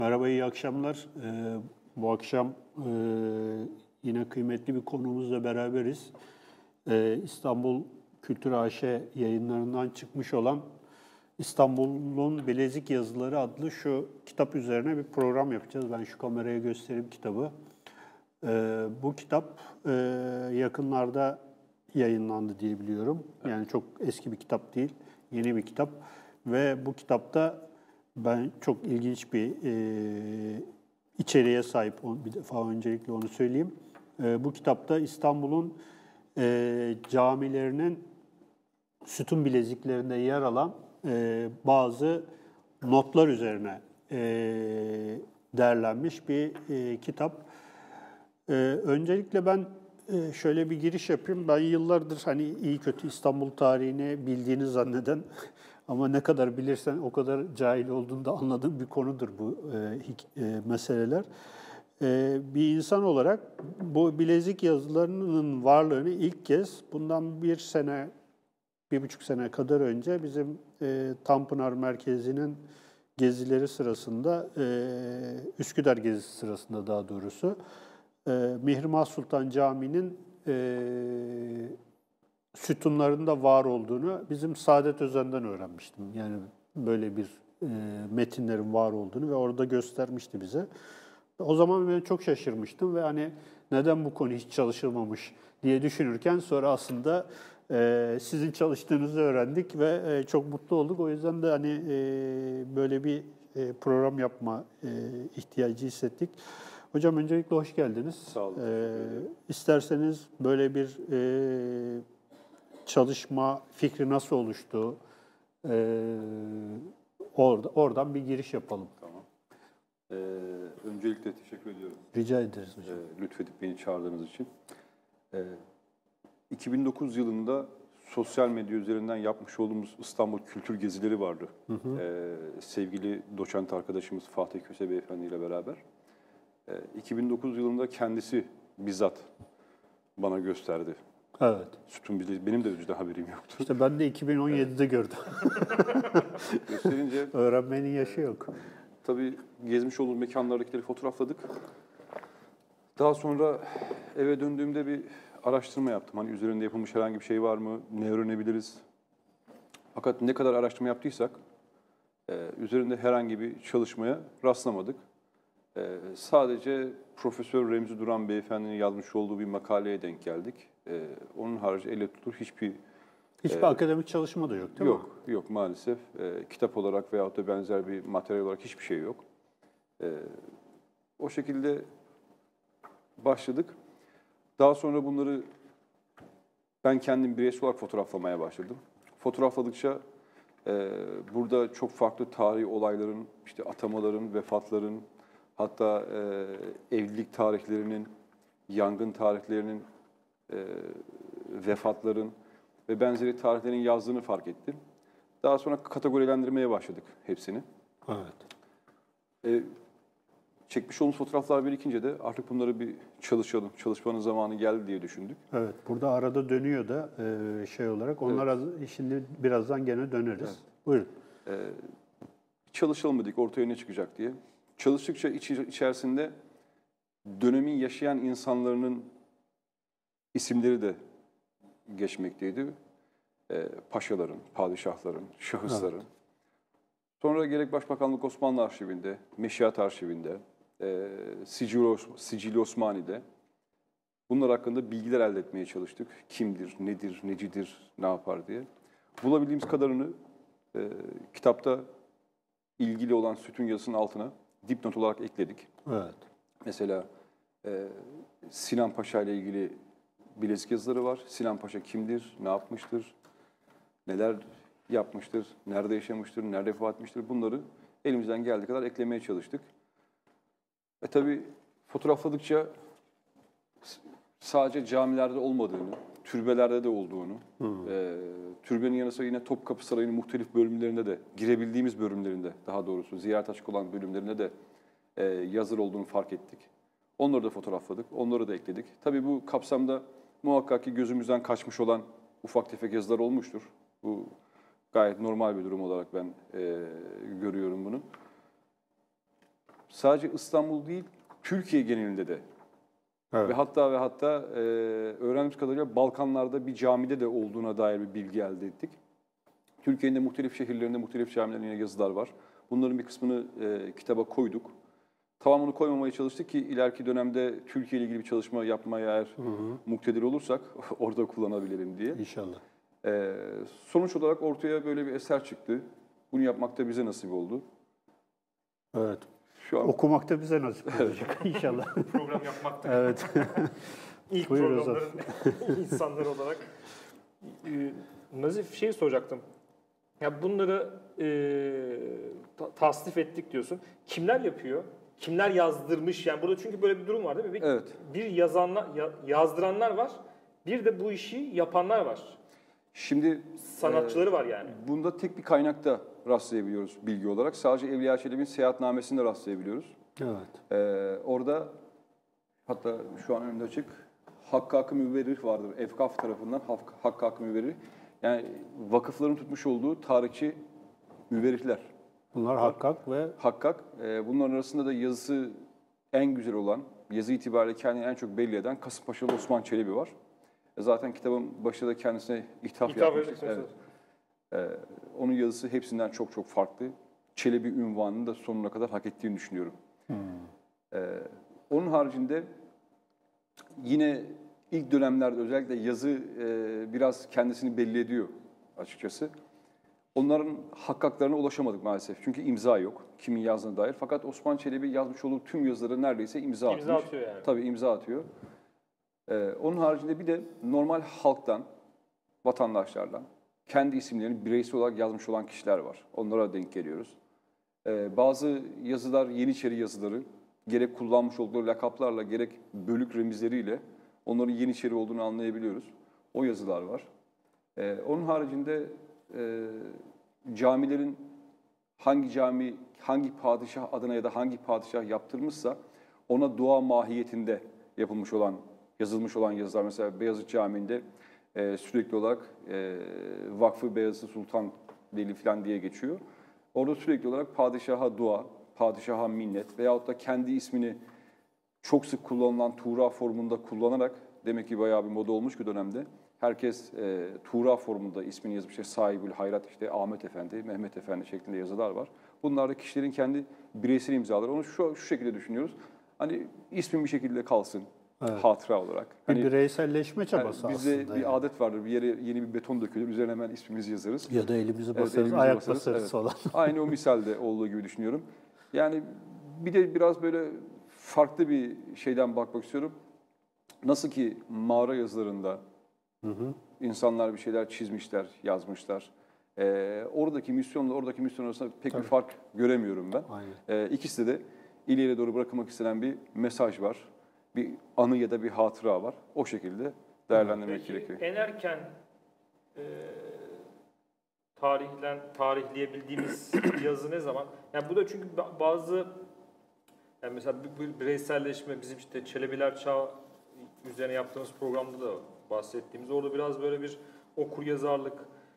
Merhaba, iyi akşamlar. Bu akşam yine kıymetli bir konuğumuzla beraberiz. İstanbul Kültür AŞ yayınlarından çıkmış olan İstanbul'un Bilezik Yazıları adlı şu kitap üzerine bir program yapacağız. Ben şu kameraya göstereyim kitabı. Bu kitap yakınlarda yayınlandı diye biliyorum. Yani çok eski bir kitap değil, yeni bir kitap. Ve bu kitapta ben çok ilginç bir içeriğe sahip. Bir defa öncelikle onu söyleyeyim. Bu kitapta İstanbul'un camilerinin sütun bileziklerinde yer alan bazı notlar üzerine derlenmiş bir kitap. Öncelikle ben şöyle bir giriş yapayım. Ben yıllardır hani iyi kötü İstanbul tarihini bildiğini zanneden ama ne kadar bilirsen o kadar cahil olduğunu da anladığım bir konudur bu meseleler. Bir insan olarak bu bilezik yazılarının varlığını ilk kez bundan 1,5 sene kadar önce bizim Tanpınar Merkezi'nin gezileri sırasında, Üsküdar gezisi sırasında daha doğrusu, Mihrimah Sultan Camii'nin sütunlarında var olduğunu bizim Saadet Özen'den öğrenmiştim. Yani böyle bir metinlerin var olduğunu ve orada göstermişti bize. O zaman ben çok şaşırmıştım ve hani neden bu konu hiç çalışılmamış diye düşünürken sonra aslında sizin çalıştığınızı öğrendik ve çok mutlu olduk. O yüzden de hani böyle bir program yapma ihtiyacı hissettik. Hocam öncelikle hoş geldiniz. Sağ olun. İsterseniz böyle bir çalışma fikri nasıl oluştu? Oradan bir giriş yapalım. Tamam. Öncelikle teşekkür ediyorum. Rica ederiz hocam. Lütfedip beni çağırdığınız için. 2009 yılında sosyal medya üzerinden yapmış olduğumuz İstanbul Kültür Gezileri vardı. Sevgili doçent arkadaşımız Fatih Köse Beyefendi ile beraber. 2009 yılında kendisi bizzat bana gösterdi. Evet. Sütun bilezikleri. Benim de önceden haberim yoktu. İşte ben de 2017'de gördüm. Gösterince öğrenmenin yaşı yok. tabii gezmiş olduğumuz mekanlardakileri fotoğrafladık. Daha sonra eve döndüğümde bir araştırma yaptım. Hani üzerinde yapılmış herhangi bir şey var mı? Ne öğrenebiliriz? Fakat ne kadar araştırma yaptıysak üzerinde herhangi bir çalışmaya rastlamadık. Sadece Profesör Remzi Duran Beyefendi'nin yazmış olduğu bir makaleye denk geldik. Onun harici elle tutulur hiçbir akademik çalışma da yok değil mi? Yok maalesef. Kitap olarak veyahut da benzer bir materyal olarak hiçbir şey yok. O şekilde başladık. Daha sonra bunları ben kendim bireysel olarak fotoğraflamaya başladım. Fotoğrafladıkça burada çok farklı tarihi olayların, işte atamaların, vefatların, hatta evlilik tarihlerinin, yangın tarihlerinin, vefatların ve benzeri tarihlerin yazdığını fark ettim. Daha sonra kategorilendirmeye başladık hepsini. Evet. Çekmiş olduğumuz fotoğraflar birikince de artık bunları bir çalışalım, çalışmanın zamanı geldi diye düşündük. Evet, burada arada dönüyor da şey olarak. Onlara şimdi birazdan gene döneriz. Evet. Buyurun. Çalışalım dedik ortaya ne çıkacak diye. Çalıştıkça içerisinde dönemin yaşayan insanların isimleri de geçmekteydi. Paşaların, padişahların, şahısların. Evet. Sonra gerek Başbakanlık Osmanlı Arşivinde, Meşiat Arşivinde, Sicil Osmani'de bunlar hakkında bilgiler elde etmeye çalıştık. Kimdir, nedir, necidir, ne yapar diye. Bulabildiğimiz kadarını kitapta ilgili olan sütun yazısının altına dipnot olarak ekledik. Evet. Mesela Sinan Paşa ile ilgili bilezik yazıları var. Sinan Paşa kimdir, ne yapmıştır, neler yapmıştır, nerede yaşamıştır, nerede vefat etmiştir bunları elimizden geldiği kadar eklemeye çalıştık. Tabii fotoğrafladıkça sadece camilerde olmadığını, türbelerde de olduğunu, türbenin yanı sıra yine Topkapı Sarayı'nın muhtelif bölümlerinde de, girebildiğimiz bölümlerinde daha doğrusu ziyaret açık olan bölümlerinde de yazılar olduğunu fark ettik. Onları da fotoğrafladık, onları da ekledik. Tabii bu kapsamda muhakkak ki gözümüzden kaçmış olan ufak tefek yazılar olmuştur. Bu gayet normal bir durum olarak ben görüyorum bunu. sadece İstanbul değil, Türkiye genelinde de Evet. ve hatta öğrendiğimiz kadarıyla Balkanlarda bir camide de olduğuna dair bir bilgi elde ettik. Türkiye'nin de muhtelif şehirlerinde, muhtelif camilerinde yine yazılar var. Bunların bir kısmını kitaba koyduk. Tamamını koymamaya çalıştık ki ileriki dönemde Türkiye ile ilgili bir çalışma yapmaya eğer muktedir olursak orada kullanabilirim diye. İnşallah. Sonuç olarak ortaya böyle bir eser çıktı. Bunu yapmak da bize nasip oldu. Evet. Şu an Okumak da bize nasip olacak inşallah. Program yapmakta. Evet. İlk Buyur programların insanlar olarak. Nazif şey soracaktım. Ya bunları tasnif ettik diyorsun. Kimler yapıyor? Kimler yazdırmış? Yani burada çünkü böyle bir durum var değil mi? Evet. Bir yazanlar, yazdıranlar var. Bir de bu işi yapanlar var. Şimdi Sanatçıları var yani. bunda tek bir kaynakta rastlayabiliyoruz bilgi olarak. Sadece Evliya Çelebi'nin seyahatnamesinde rastlayabiliyoruz. Evet. Orada hatta şu an önümde açık Hakkak-ı Müverrih vardır. Efkaf tarafından Hakkak-ı Müverrih. Yani vakıfların tutmuş olduğu tarihçi müverrihler. Bunlar Hakkak ve Hakkak. Bunların arasında da yazısı en güzel olan, yazı itibariyle kendini en çok belli eden Kasımpaşalı Osman Çelebi var. Zaten kitabın başında da kendisine ithaf yapmıştık. Evet. Onun yazısı hepsinden çok çok farklı. Çelebi unvanını da sonuna kadar hak ettiğini düşünüyorum. Onun haricinde yine ilk dönemlerde özellikle yazı biraz kendisini belli ediyor açıkçası. Onların hakkaklarına ulaşamadık maalesef. Çünkü imza yok. Kimin yazdığına dair. Fakat Osman Çelebi yazmış olduğu tüm yazılara neredeyse imza atmış. İmza atıyor yani. Tabii imza atıyor. Onun haricinde bir de normal halktan, vatandaşlardan kendi isimlerini bireysel olarak yazmış olan kişiler var. Onlara denk geliyoruz. Bazı yazılar, Yeniçeri yazıları, gerek kullanmış olduğu lakaplarla, gerek bölük remizleriyle onların Yeniçeri olduğunu anlayabiliyoruz. O yazılar var. Onun haricinde camilerin hangi cami, hangi padişah adına ya da hangi padişah yaptırmışsa ona dua mahiyetinde yapılmış olan, yazılmış olan yazılar. Mesela Beyazıt Camii'nde sürekli olarak Vakfı Beyazıt Sultan Veli falan diye geçiyor. Orada sürekli olarak padişaha dua, padişaha minnet veyahut da kendi ismini çok sık kullanılan Tuğra formunda kullanarak, demek ki bayağı bir moda olmuş bir dönemde. Herkes Tuğra formunda ismini yazmış. İşte Sahibül Hayrat, işte Ahmet Efendi, Mehmet Efendi şeklinde yazılar var. Bunlar da kişilerin kendi bireysel imzaları. Onu şu şekilde düşünüyoruz. Hani ismin bir şekilde kalsın, hatıra olarak. bir Hani, bireyselleşme çabası bizde aslında. bir yani. adet vardır. Bir yere yeni bir beton dökülür. Üzerine hemen ismimizi yazarız. Ya da elimizi Evet, basarız, elimizi ayak basarız, basarız evet. falan. Aynı o misalde olduğu gibi düşünüyorum. Yani bir de biraz böyle farklı bir şeyden bakmak istiyorum. Nasıl ki mağara yazılarında insanlar bir şeyler çizmişler, yazmışlar. Oradaki misyon arasında pek bir fark göremiyorum ben. Aynen. İkisi de ileriye doğru bırakılmak istenen bir mesaj var. Bir anı ya da bir hatıra var. O şekilde değerlendirmek Peki gerekiyor. en erken tarihleyebildiğimiz yazı ne zaman? Yani bu da çünkü bazı yani mesela bir bireyselleşme bizim işte Çelebiler Çağı üzerine yaptığımız programda da bahsettiğimiz orada biraz böyle bir okuryazarlık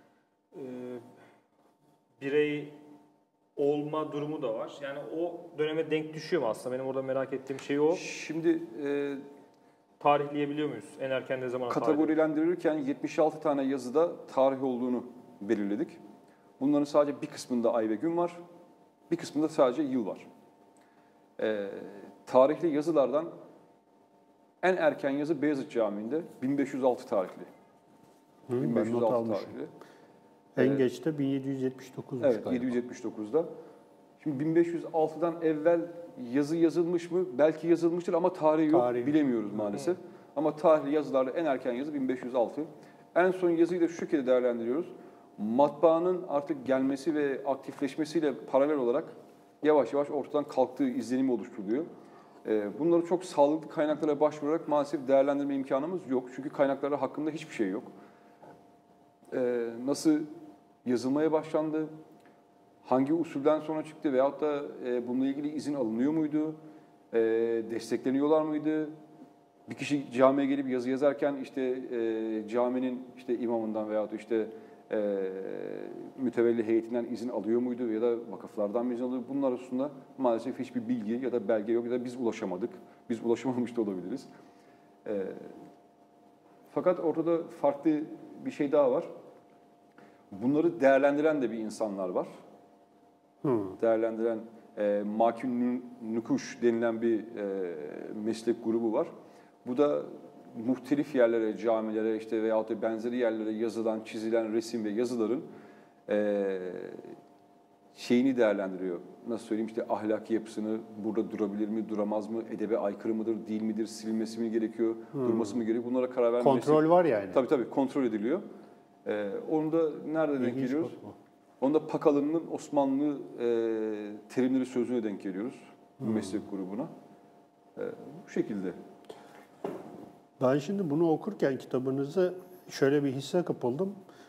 birey olma durumu da var. Yani o döneme denk düşüyor mu aslında? Benim orada merak ettiğim şey o. Şimdi Tarihleyebiliyor muyuz? En erken ne zaman kategorilendirilirken 76 tane yazıda tarih olduğunu belirledik. Bunların sadece bir kısmında ay ve gün var, bir kısmında sadece yıl var. Tarihli yazılardan en erken yazı Beyazıt Camii'nde 1506 tarihli. Ben not 1506 almışım. tarihli. En geç de 1779 Evet, galiba. 779'da. Şimdi 1506'dan evvel yazı yazılmış mı? Belki yazılmıştır ama tarihi yok. Tarihi. Bilemiyoruz maalesef. Ama tarihli yazılarda en erken yazı 1506. En son yazıyı da şu şekilde değerlendiriyoruz. Matbaanın artık gelmesi ve aktifleşmesiyle paralel olarak yavaş yavaş ortadan kalktığı izlenimi oluşturuluyor. Bunları çok sağlıklı kaynaklara başvurarak maalesef değerlendirme imkanımız yok. Çünkü kaynakları hakkında hiçbir şey yok. Nasıl yazılmaya başlandı, hangi usulden sonra çıktı veyahut da bununla ilgili izin alınıyor muydu, destekleniyorlar mıydı? Bir kişi camiye gelip yazı yazarken işte caminin işte imamından veyahut işte mütevelli heyetinden izin alıyor muydu ya da vakıflardan mı izin alıyor? Bunlar arasında maalesef hiçbir bilgi ya da belge yok ya da biz ulaşamadık. Biz ulaşamamış da olabiliriz. Fakat ortada farklı bir şey daha var. Bunları değerlendiren de bir insanlar var. Değerlendiren makün nukuş denilen bir meslek grubu var. Bu da muhtelif yerlere, camilere işte veyahut da benzeri yerlere yazılan, çizilen resim ve yazıların şeyini değerlendiriyor. Nasıl söyleyeyim, işte ahlaki yapısını, burada durabilir mi, duramaz mı, edebe aykırı mıdır, değil midir, silinmesi mi gerekiyor, durması mı gerekiyor, bunlara karar vermesi. Kontrol var yani. Tabii kontrol ediliyor. Onu da nerede denk geliyoruz? Onu da Pakalı'nın Osmanlı terimleri sözlüğüne denk geliyoruz. Bu meslek grubuna. Bu şekilde. Ben şimdi bunu okurken kitabınızı şöyle bir hisse kapıldım.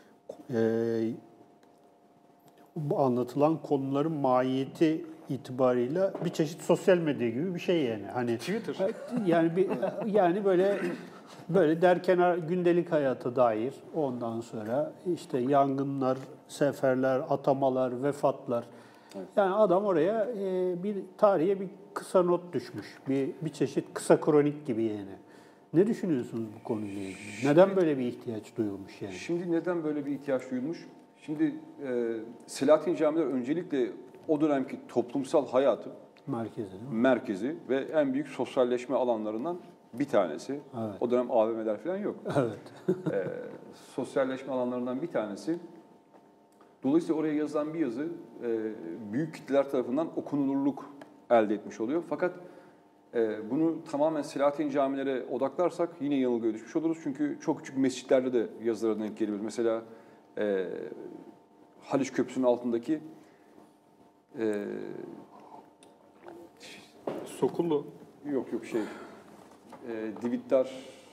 Bu anlatılan konuların mahiyeti itibarıyla bir çeşit sosyal medya gibi bir şey yani. Hani Twitter. Yani böyle derkenar gündelik hayata dair, ondan sonra işte yangınlar, seferler, atamalar, vefatlar. Evet. Yani adam oraya bir tarihe bir kısa not düşmüş. Bir çeşit kısa kronik gibi yani. Ne düşünüyorsunuz bu konuyla ilgili? Neden böyle bir ihtiyaç duyulmuş yani? Şimdi neden böyle bir ihtiyaç duyulmuş? Şimdi Selahattin Camiler öncelikle o dönemki toplumsal hayatın merkezi ve en büyük sosyalleşme alanlarından bir tanesi. Evet. O dönem AVM'ler falan yok. Evet. Sosyalleşme alanlarından bir tanesi. Dolayısıyla oraya yazılan bir yazı büyük kitleler tarafından okunulurluk elde etmiş oluyor. Fakat bunu tamamen Selahattin camilere odaklarsak yine yanılgıya düşmüş oluruz. Çünkü çok küçük mescitlerde de yazılara denk geliyoruz. Mesela Haliç Köprüsü'nün altındaki Sokullu. yok Divittar,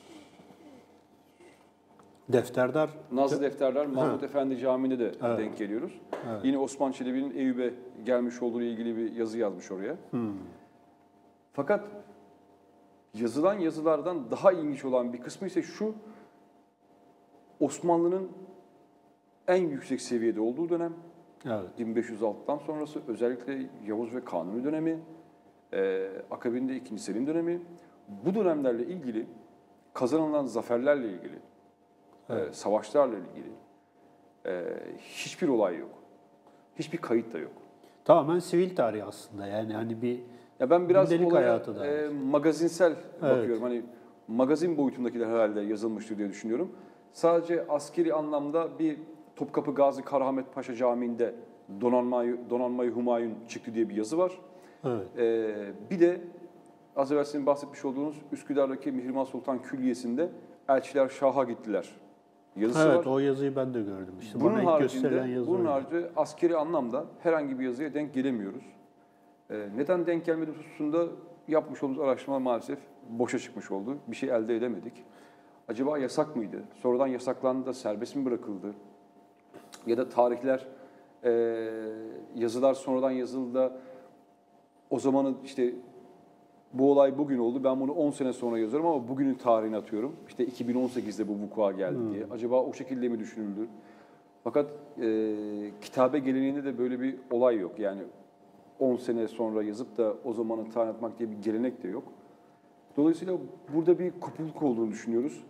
Defterdar. Nazlı Defterler Mahmut Efendi Camii'ne de Evet. denk geliyoruz. Evet. Yine Osman Çelebi'nin Eyüp'e gelmiş olduğu ile ilgili bir yazı yazmış oraya. Fakat yazılan yazılardan daha ilginç olan bir kısmı ise şu: Osmanlı'nın en yüksek seviyede olduğu dönem, Evet. 1506'dan sonrası, özellikle Yavuz ve Kanuni dönemi, akabinde 2. Selim dönemi, bu dönemlerle ilgili kazanılan zaferlerle ilgili, savaşlarla ilgili hiçbir olay yok. Hiçbir kayıt da yok. Tamamen sivil tarih aslında yani hani bir Ya ben biraz gündelik olaya hayatı da. magazinsel bakıyorum. Hani magazin boyutundakiler herhalde yazılmıştır diye düşünüyorum. Sadece askeri anlamda bir Topkapı Gazi Karahamet Paşa Camii'nde donanmayı Humayun çıktı diye bir yazı var. Evet. Bir de az evvel sizin bahsetmiş olduğunuz Üsküdar'daki Mihrimah Sultan Külliyesi'nde elçiler Şah'a gittiler yazısı var. Evet, o yazıyı ben de gördüm. İşte bana ilk gösterilen yazı bunun oydu. haricinde askeri anlamda herhangi bir yazıya denk gelemiyoruz. Neden denk gelmedi hususunda yapmış olduğumuz araştırma maalesef boşa çıkmış oldu. Bir şey elde edemedik. Acaba yasak mıydı? Sonradan yasaklandı da serbest mi bırakıldı? Ya da tarihler, yazılar sonradan yazıldı da o zamanı işte bu olay bugün oldu, ben bunu 10 sene sonra yazıyorum ama bugünün tarihini atıyorum. İşte 2018'de bu vuku'a geldi diye. Acaba o şekilde mi düşünüldü? Fakat kitabe geleneğinde de böyle bir olay yok. Yani 10 sene sonra yazıp da o zamanı tarih atmak diye bir gelenek de yok. Dolayısıyla burada bir kopukluk olduğunu düşünüyoruz.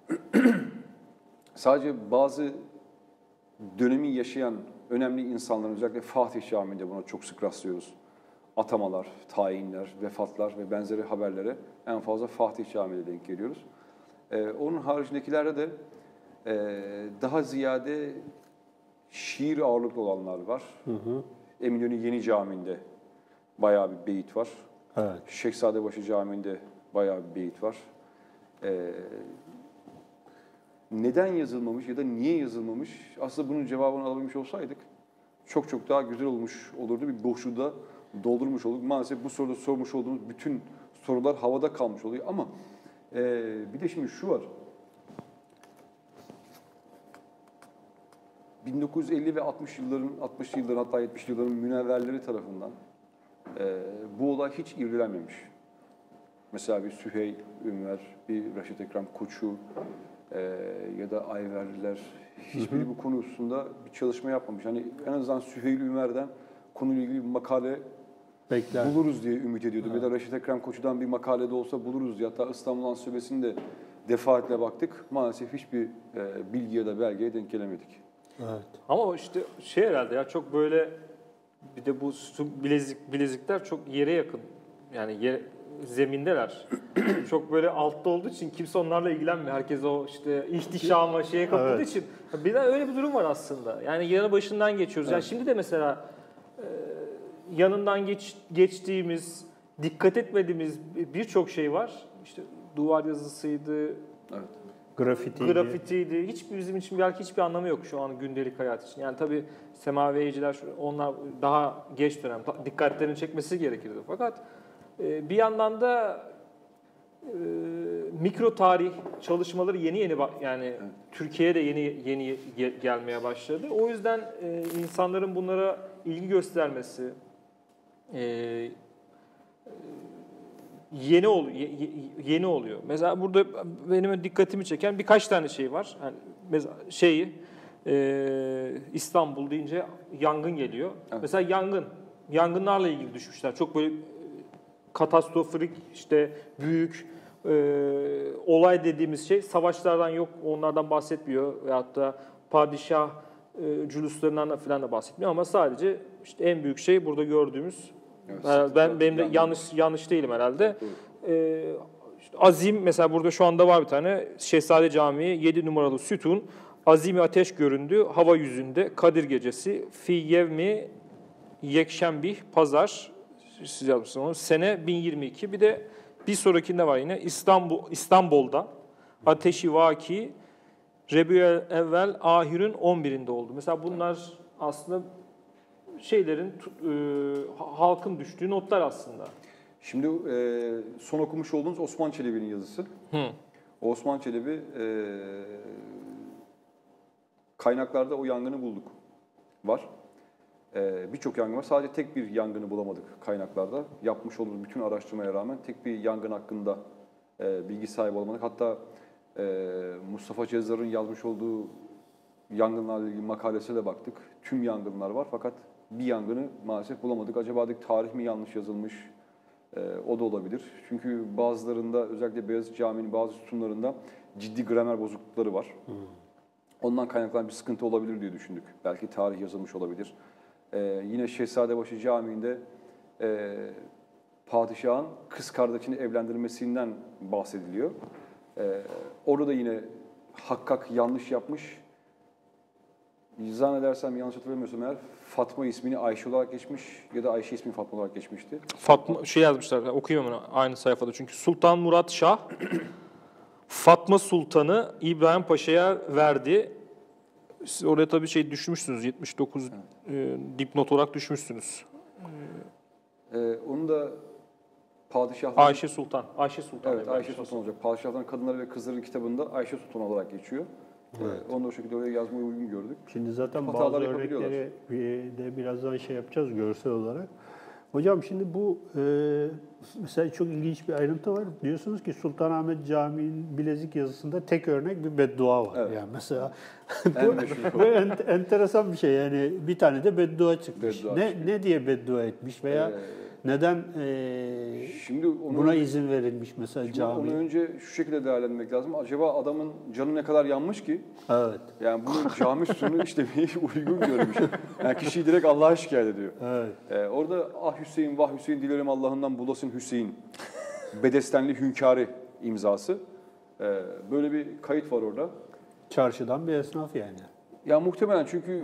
Sadece bazı dönemi yaşayan önemli insanların, özellikle Fatih Camii'nde buna çok sık rastlıyoruz. Atamalar, tayinler, vefatlar ve benzeri haberlere en fazla Fatih Camii'de denk geliyoruz. Onun haricindekilerde de daha ziyade şiir ağırlıklı olanlar var. Eminönü Yeni Camii'nde bayağı bir beyit var. Evet. Şehzadebaşı Camii'nde bayağı bir beyit var. Neden yazılmamış ya da niye yazılmamış? Aslında bunun cevabını alabilmiş olsaydık çok çok daha güzel olmuş olurdu. Bir boşluğu da doldurmuş olduk. Maalesef bu soruda sormuş olduğumuz bütün sorular havada kalmış oluyor. Ama bir de şimdi şu var. 1950 ve 60'lı yılların hatta 70'li yılların münevverleri tarafından bu olay hiç irdelenmemiş. Mesela bir Süheyl Ünver, bir Reşit Ekrem Koçu, ya da Ayverliler hiçbiri bu konu hususunda bir çalışma yapmamış. Hani en azından Süheyl Ümer'den konuyla ilgili bir makale Bekler. buluruz diye ümit ediyordum. Ya da Reşit Ekrem Koçu'dan bir makalede olsa buluruz diye. Hatta İstanbul Ansiklopedisi'ne de defaatle baktık. Maalesef hiçbir bilgiye de belgeye denk gelemedik. Evet. Ama işte şey herhalde ya çok böyle bir de bu bilezikler çok yere yakın. Yani zemindeler. Çok böyle altta olduğu için kimse onlarla ilgilenmiyor. Herkes o işte ihtişama şeye kapıldığı Evet. için. Bir de öyle bir durum var aslında. Yani yanı başından geçiyoruz. Yani şimdi de mesela yanından geçtiğimiz, dikkat etmediğimiz birçok şey var. İşte duvar yazısıydı, Evet. grafitiydi. Hiçbir bizim için belki hiçbir anlamı yok şu an gündelik hayat için. Yani tabii semaviyeciler onlar daha geç dönem dikkatlerini çekmesi gerekirdi. Fakat bir yandan da mikro tarih çalışmaları yeni yani evet. Türkiye'ye de yeni gelmeye başladı. O yüzden insanların bunlara ilgi göstermesi yeni oluyor. Mesela burada benim dikkatimi çeken birkaç tane şey var. Yani mesela İstanbul deyince yangın geliyor. Evet. Mesela yangınlarla ilgili düşmüşler. Çok böyle katastrofik işte büyük olay dediğimiz şey savaşlardan yok, onlardan bahsetmiyor veyahut da padişah cüluslarından falan da bahsetmiyor ama sadece işte en büyük şey burada gördüğümüz. Evet, benim de yanlış değilim herhalde. İşte Azim mesela burada şu anda var bir tane Şehzade Camii 7 numaralı sütun azimi ateş göründü hava yüzünde Kadir gecesi fi yevmi yekşembih pazar siz yazmışsınız onu sene 1022 bir de bir sonrakinde var yine İstanbul'da ateşi vaki Rebiyül evvel ahir'in 11'inde oldu. Mesela bunlar aslında şeylerin halkın düştüğü notlar aslında. Şimdi son okumuş olduğunuz Osman Çelebi'nin yazısı. Osman Çelebi kaynaklarda o yangını bulduk. Var. Birçok yangın var. Sadece tek bir yangını bulamadık kaynaklarda. Yapmış olduğumuz bütün araştırmaya rağmen tek bir yangın hakkında bilgi sahibi olamadık. Hatta Mustafa Cezar'ın yazmış olduğu yangınlarla ilgili makalesine de baktık. Tüm yangınlar var fakat bir yangını maalesef bulamadık. Acaba dedik tarih mi yanlış yazılmış? O da olabilir. Çünkü bazılarında özellikle Beyazıt Camii'nin bazı sütunlarında ciddi gramer bozuklukları var. Ondan kaynaklanan bir sıkıntı olabilir diye düşündük. Belki tarih yazılmış olabilir. Yine Şehzadebaşı Camii'nde padişahın kız kardeşini evlendirmesinden bahsediliyor. Orada yine hakkak yanlış yapmış. Zannedersem yanlış hatırlamıyorsam eğer Fatma ismini Ayşe olarak geçmiş ya da Ayşe ismini Fatma olarak geçmişti. Fatma yazmışlar. Okuyayım onu aynı sayfada. Çünkü Sultan Murat Şah Fatma Sultan'ı İbrahim Paşa'ya verdi. Siz oraya tabii düşmüşsünüz. 79 dipnot olarak düşmüşsünüz. Onu da padişahlar... Ayşe Sultan. Evet, Ayşe Sultan olacak. Padişahların Kadınları ve Kızların kitabında Ayşe Sultan olarak geçiyor. Evet. Onu da o şekilde oraya yazmayı uygun gördük. Şimdi zaten bazı örnekleri de birazdan yapacağız görsel olarak. Hocam şimdi bu mesela çok ilginç bir ayrıntı var. Diyorsunuz ki Sultanahmet Camii'nin bilezik yazısında tek örnek bir beddua var. Evet. Yani mesela bu enteresan bir şey. Yani bir tane de beddua çıkmış. Ne diye beddua etmiş veya neden şimdi buna izin verilmiş mesela cami? Onu önce şu şekilde değerlendirmek lazım. Acaba adamın canı ne kadar yanmış ki? Evet. Yani bunu cami sütunu işlemeyi uygun görmüş. Yani kişiyi direkt Allah'a şikayet ediyor. Evet. Orada ah Hüseyin, vah Hüseyin dilerim Allah'ından bulasın Hüseyin. Bedestenli hünkârı imzası. Böyle bir kayıt var orada. Çarşıdan bir esnaf yani. Ya muhtemelen çünkü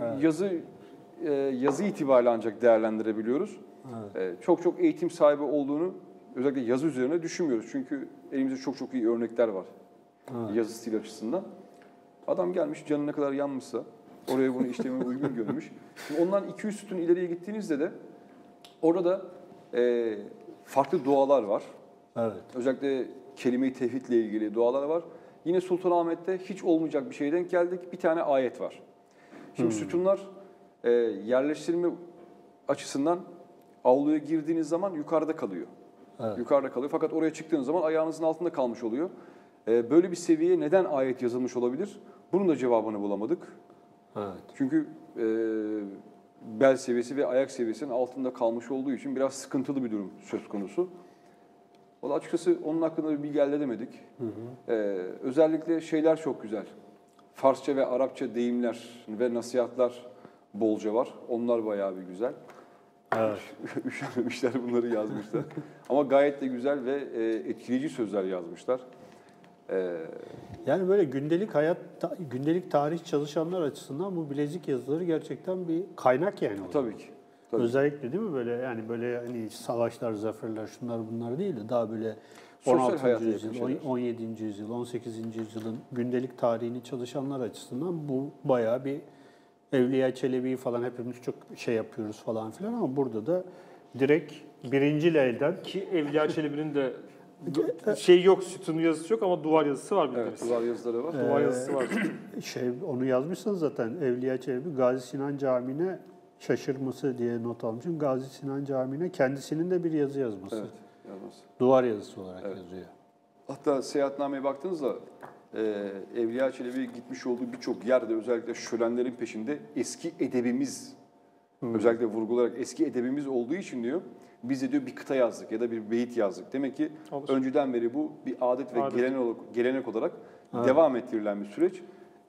yazı itibariyle ancak değerlendirebiliyoruz. Evet. Çok eğitim sahibi olduğunu özellikle yazı üzerine düşünmüyoruz. Çünkü elimizde çok iyi örnekler var yazı stili açısından. Adam gelmiş canı ne kadar yanmışsa oraya bunu işlemeye uygun görmüş. Şimdi ondan 200 sütun ileriye gittiğinizde de orada farklı dualar var. Evet. Özellikle kelime-i tevhidle ilgili dualar var. Yine Sultanahmet'te hiç olmayacak bir şeye denk geldik. Bir tane ayet var. Şimdi sütunlar yerleştirme açısından avluya girdiğiniz zaman yukarıda kalıyor. Evet. Yukarıda kalıyor. Fakat oraya çıktığınız zaman ayağınızın altında kalmış oluyor. Böyle bir seviyeye neden ayet yazılmış olabilir? Bunun da cevabını bulamadık. Evet. Çünkü bel seviyesi ve ayak seviyesinin altında kalmış olduğu için biraz sıkıntılı bir durum söz konusu. O da açıkçası onun hakkında bir bilgi elde edemedik. Özellikle şeyler çok güzel. Farsça ve Arapça deyimler ve nasihatler bolca var. Onlar bayağı bir güzel. Evet. Üşenmemişler, bunları yazmışlar. Ama gayet de güzel ve etkileyici sözler yazmışlar. Yani böyle gündelik hayat, gündelik tarih çalışanlar açısından bu bilezik yazıları gerçekten bir kaynak yani. Tabii ki. Tabii. Özellikle değil mi böyle, yani böyle hani savaşlar, zaferler, şunlar bunlar değil de daha böyle Sosyal 16. hayata yakın yüzyıl, şeyler. 17. yüzyıl, 18. yüzyılın gündelik tarihini çalışanlar açısından bu bayağı bir Evliya Çelebi'yi falan hepimiz çok şey yapıyoruz falan filan, ama burada da direkt birinci elden Ki Evliya Çelebi'nin de şey yok, sütun yazısı yok ama duvar yazısı var bildiğiniz. Evet, duvar yazıları var. Duvar yazısı var. onu yazmışsın zaten, Evliya Çelebi Gazi Sinan Camii'ne şaşırması diye not almışım. Gazi Sinan Camii'ne kendisinin de bir yazı yazması. Evet, yazmaz. Duvar yazısı olarak Evet. yazıyor. Hatta seyahatnameye baktığınızda Evliya Çelebi gitmiş olduğu birçok yerde özellikle şölenlerin peşinde eski edebimiz, özellikle vurgulayarak eski edebimiz olduğu için diyor, biz de diyor bir kıta yazdık ya da bir beyit yazdık. Demek ki Olur. önceden beri bu bir adet ve gelenek olarak Evet. devam ettirilen bir süreç.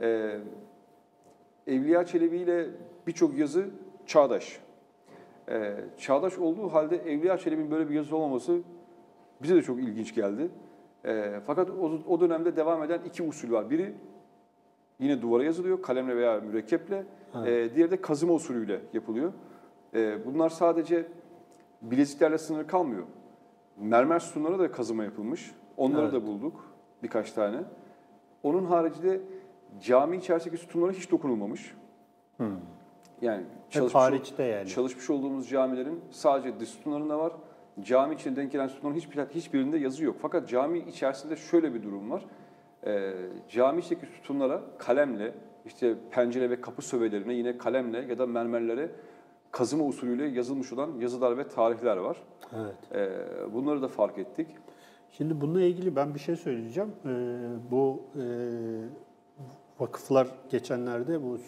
Evliya Çelebi ile birçok yazı çağdaş. Çağdaş olduğu halde Evliya Çelebi'nin böyle bir yazı olmaması bize de çok ilginç geldi. Fakat o dönemde devam eden iki usul var. Biri yine duvara yazılıyor, kalemle veya mürekkeple. Diğeri de kazıma usulüyle yapılıyor. Bunlar sadece bileziklerle sınırlı kalmıyor. Mermer sütunlara da kazıma yapılmış. Onları da bulduk, birkaç tane. Onun haricinde cami içerisindeki sütunlara hiç dokunulmamış. Yani çalışmış olduğumuz camilerin sadece dış sütunlarında var. Cami içinde denk gelen sütunların hiçbirinde yazı yok. Fakat cami içerisinde şöyle bir durum var. Cami içindeki sütunlara kalemle, işte pencere ve kapı sövelerine yine kalemle ya da mermerlere kazıma usulüyle yazılmış olan yazılar ve tarihler var. Evet. Bunları da fark ettik. Şimdi bununla ilgili ben bir şey söyleyeceğim. Bu vakıflar geçenlerde bu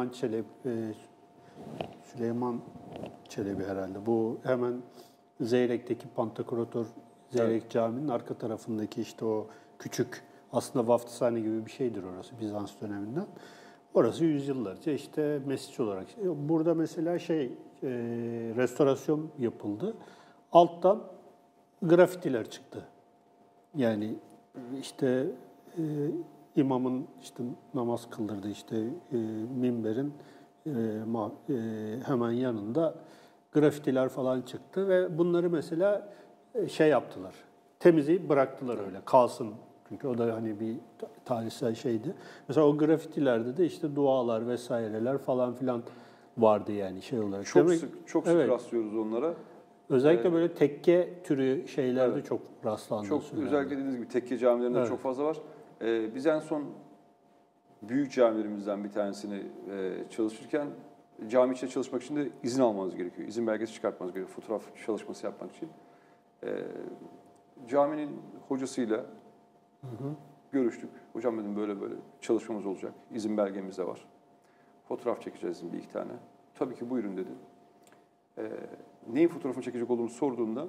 Süleyman Çelebi herhalde. Bu hemen Zeyrek'teki Pantakrotor Zeyrek Camii'nin arka tarafındaki işte o küçük, aslında vaftizhane gibi bir şeydir orası Bizans döneminden. Orası yüzyıllarca işte mescit olarak. Burada mesela restorasyon yapıldı. Alttan grafitiler çıktı. Yani işte imamın işte namaz kıldırdığı işte minberin hemen yanında grafitiler falan çıktı ve bunları mesela yaptılar. Temizleyip bıraktılar öyle kalsın. Çünkü o da hani bir tarihsel şeydi. Mesela o grafitilerde de işte dualar vesaireler falan filan vardı yani olarak. Çok sık rastlıyoruz onlara. Özellikle böyle tekke türü şeylerde çok rastlandı. Çok özellikle dediğiniz gibi tekke camilerinde çok fazla var. Biz en son büyük camilerimizden bir tanesini çalışırken cami içinde çalışmak için de izin almanız gerekiyor. İzin belgesi çıkartmanız gerekiyor fotoğraf çalışması yapmak için. Caminin hocasıyla görüştük. Hocam dedim böyle böyle çalışmamız olacak. İzin belgemiz de var. Fotoğraf çekeceğiz bir iki tane. Tabii ki buyurun dedi. Neyin fotoğrafını çekecek olduğunu sorduğunda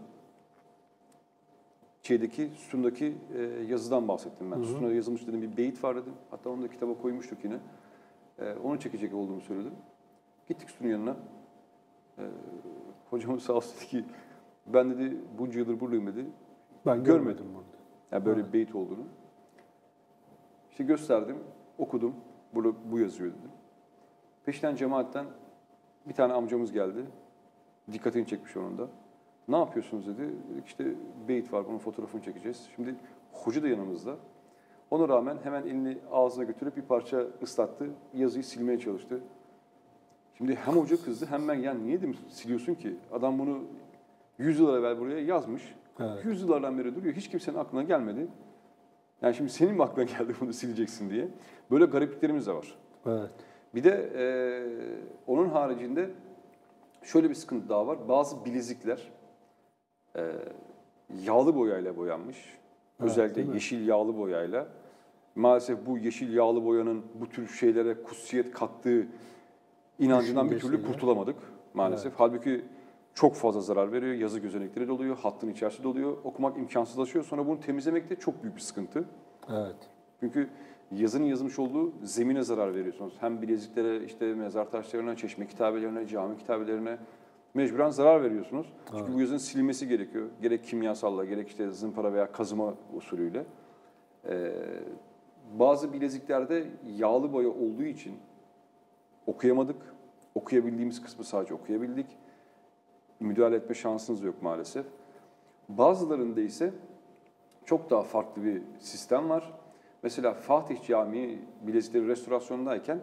sütundaki yazıdan bahsettim ben. Sütunda yazılmış dedim bir beyit var dedim. Hatta onu da kitaba koymuştuk yine. Onu çekecek olduğumu söyledim. Gittik sütunun yanına. Hocamız sağ olsun dedi ki ben dedi bunca yıldır buradayım dedi. Ben görmedim burada. Yani böyle bir beyit olduğunu. İşte gösterdim, okudum. Burada bu yazıyor dedim. Peşinden cemaatten bir tane amcamız geldi. Dikkatini çekmiş onun da. Ne yapıyorsunuz dedi. Dedik işte beyit var, bunun fotoğrafını çekeceğiz. Şimdi hoca da yanımızda. Ona rağmen hemen elini ağzına götürüp bir parça ıslattı. Yazıyı silmeye çalıştı. Şimdi hem hoca kızdı hem ben, yani niye dedim siliyorsun ki? Adam bunu 100 yıl evvel buraya yazmış. Evet. 100 yıllardan beri duruyor. Hiç kimsenin aklına gelmedi. Yani şimdi senin mi aklına geldi bunu sileceksin diye. Böyle garipliklerimiz de var. Evet. Bir de onun haricinde şöyle bir sıkıntı daha var. Bazı bilezikler yağlı boyayla boyanmış. Özellikle değil mi? yeşil yağlı boyayla. Maalesef bu yeşil yağlı boyanın bu tür şeylere kutsiyet kattığı inancından bir türlü Düşüncesiyle. kurtulamadık maalesef. Halbuki çok fazla zarar veriyor. Yazı gözenekleri doluyor, hattın içerisinde doluyor. Okumak imkansızlaşıyor. Sonra bunu temizlemek de çok büyük bir sıkıntı. Evet. Çünkü yazının yazılmış olduğu zemine zarar veriyorsunuz. Hem bileziklere, işte mezar taşlarına, çeşme kitabelerine, cami kitabelerine mecburen zarar veriyorsunuz. Çünkü bu yazının silinmesi gerekiyor. Gerek kimyasalla, gerek işte zımpara veya kazıma usulüyle. Bazı bileziklerde yağlı boya olduğu için okuyamadık. Okuyabildiğimiz kısmı sadece okuyabildik. Müdahale etme şansınız yok maalesef. Bazılarında ise çok daha farklı bir sistem var. Mesela Fatih Camii bilezikleri restorasyondayken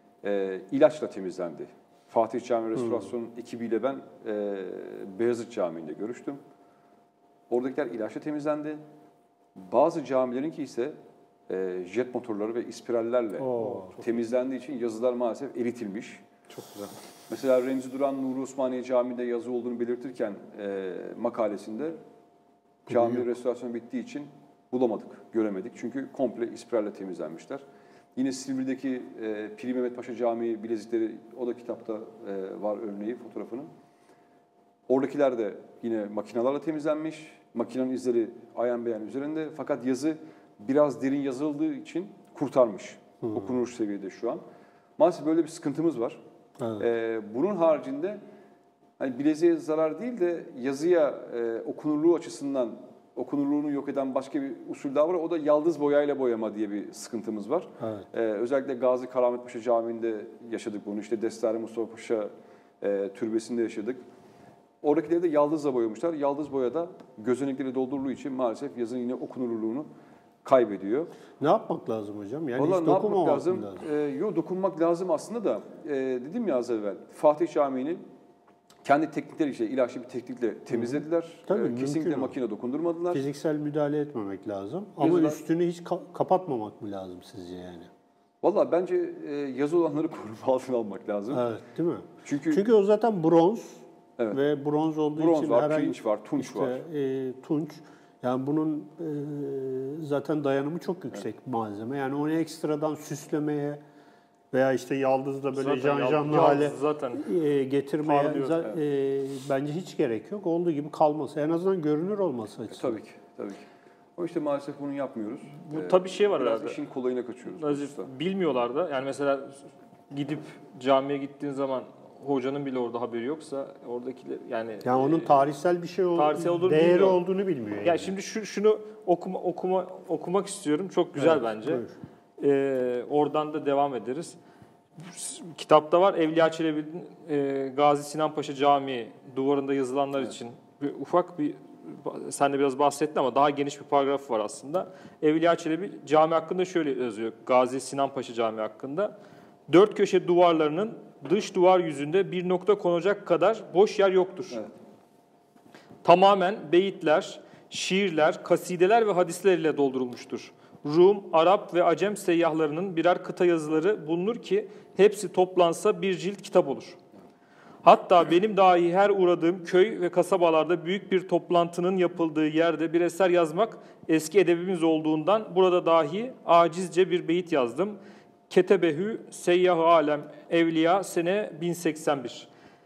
ilaçla temizlendi. Fatih Camii restorasyon ekibiyle ben Beyazıt Camii'nde görüştüm. Oradakiler ilaçla temizlendi. Bazı camilerinki ise jet motorları ve ispirallerle temizlendiği için yazılar maalesef eritilmiş. Çok güzel. Mesela Remzi Duran Nuri Osmaniye Camii'de yazı olduğunu belirtirken makalesinde cami restorasyonu bittiği için bulamadık, göremedik. Çünkü komple ispiralle temizlenmişler. Yine Silivri'deki Piri Mehmet Paşa Camii bilezikleri, o da kitapta var örneği, fotoğrafının. Oradakiler de yine makinalarla temizlenmiş. Makinenin izleri ayan beyan üzerinde. Fakat yazı biraz derin yazıldığı için kurtarmış. Okunur seviyede şu an. Maalesef böyle bir sıkıntımız var. Evet. Bunun haricinde hani bileziğe zarar değil de yazıya okunurluğu açısından okunurluğunu yok eden başka bir usul daha var. O da yaldız boyayla boyama diye bir sıkıntımız var. Evet. Özellikle Gazi Karamet Paşa Camii'nde yaşadık bunu. İşte Destari Mustafa Paşa türbesinde yaşadık. Oradakileri de yaldızla boyamışlar. Yaldız boyada gözenekleri doldurduğu için maalesef yazının yine okunurluğunu kaybediyor. Ne yapmak lazım hocam? Yani Vallahi hiç ne yapmak dokunmamak lazım? mı lazım? Yok, dokunmak lazım aslında da dedim ya az evvel Fatih Camii'nin kendi teknikleri işte ilaçlı bir teknikle temizlediler. Tabii, Kesinlikle mümkün o. makine dokundurmadılar. Fiziksel müdahale etmemek lazım. Ama Yazılar- üstünü hiç kapatmamak mı lazım sizce yani? Vallahi bence yazı olanları koruma altına almak lazım. Evet, değil mi? Çünkü o zaten bronz Evet. ve bronz olduğu Bronz için var, herhangi pirinç var, tunç işte, var. Tunç. Yani bunun zaten dayanımı çok yüksek malzeme. Yani onu ekstradan süslemeye veya işte yaldızla böyle janjanlı hale zaten getirmeye parlıyor, bence hiç gerek yok. Olduğu gibi kalması, en azından görünür olması açısından. tabii ki, tabii ki. O işte maalesef bunu yapmıyoruz. Bu tabii şey var Biraz herhalde. işin kolayına kaçıyoruz. Nazif hususta. bilmiyorlar da. Yani mesela gidip camiye gittiğin zaman hocanın bile orada haberi yoksa oradakiler yani onun tarihsel bir şey tarihsel olduğunu değeri bilmiyor. olduğunu bilmiyor. Yani. ya şimdi şunu okumak istiyorum. Çok güzel Evet, bence. buyur. Oradan da devam ederiz. Kitapta var Evliya Çelebi'nin Gazi Sinan Paşa Camii duvarında yazılanlar için ufak bir sen de biraz bahsettin ama daha geniş bir paragraf var aslında. Evliya Çelebi cami hakkında şöyle yazıyor. Gazi Sinan Paşa Camii hakkında. 4 köşe duvarlarının dış duvar yüzünde bir nokta konacak kadar boş yer yoktur. Evet. Tamamen beyitler, şiirler, kasideler ve hadisler ile doldurulmuştur. Rum, Arap ve Acem seyyahlarının birer kıta yazıları bulunur ki hepsi toplansa bir cilt kitap olur. Hatta benim dahi her uğradığım köy ve kasabalarda büyük bir toplantının yapıldığı yerde bir eser yazmak eski edebimiz olduğundan burada dahi acizce bir beyit yazdım. Ketebehü Seyyah-ı Alem Evliya sene 1081.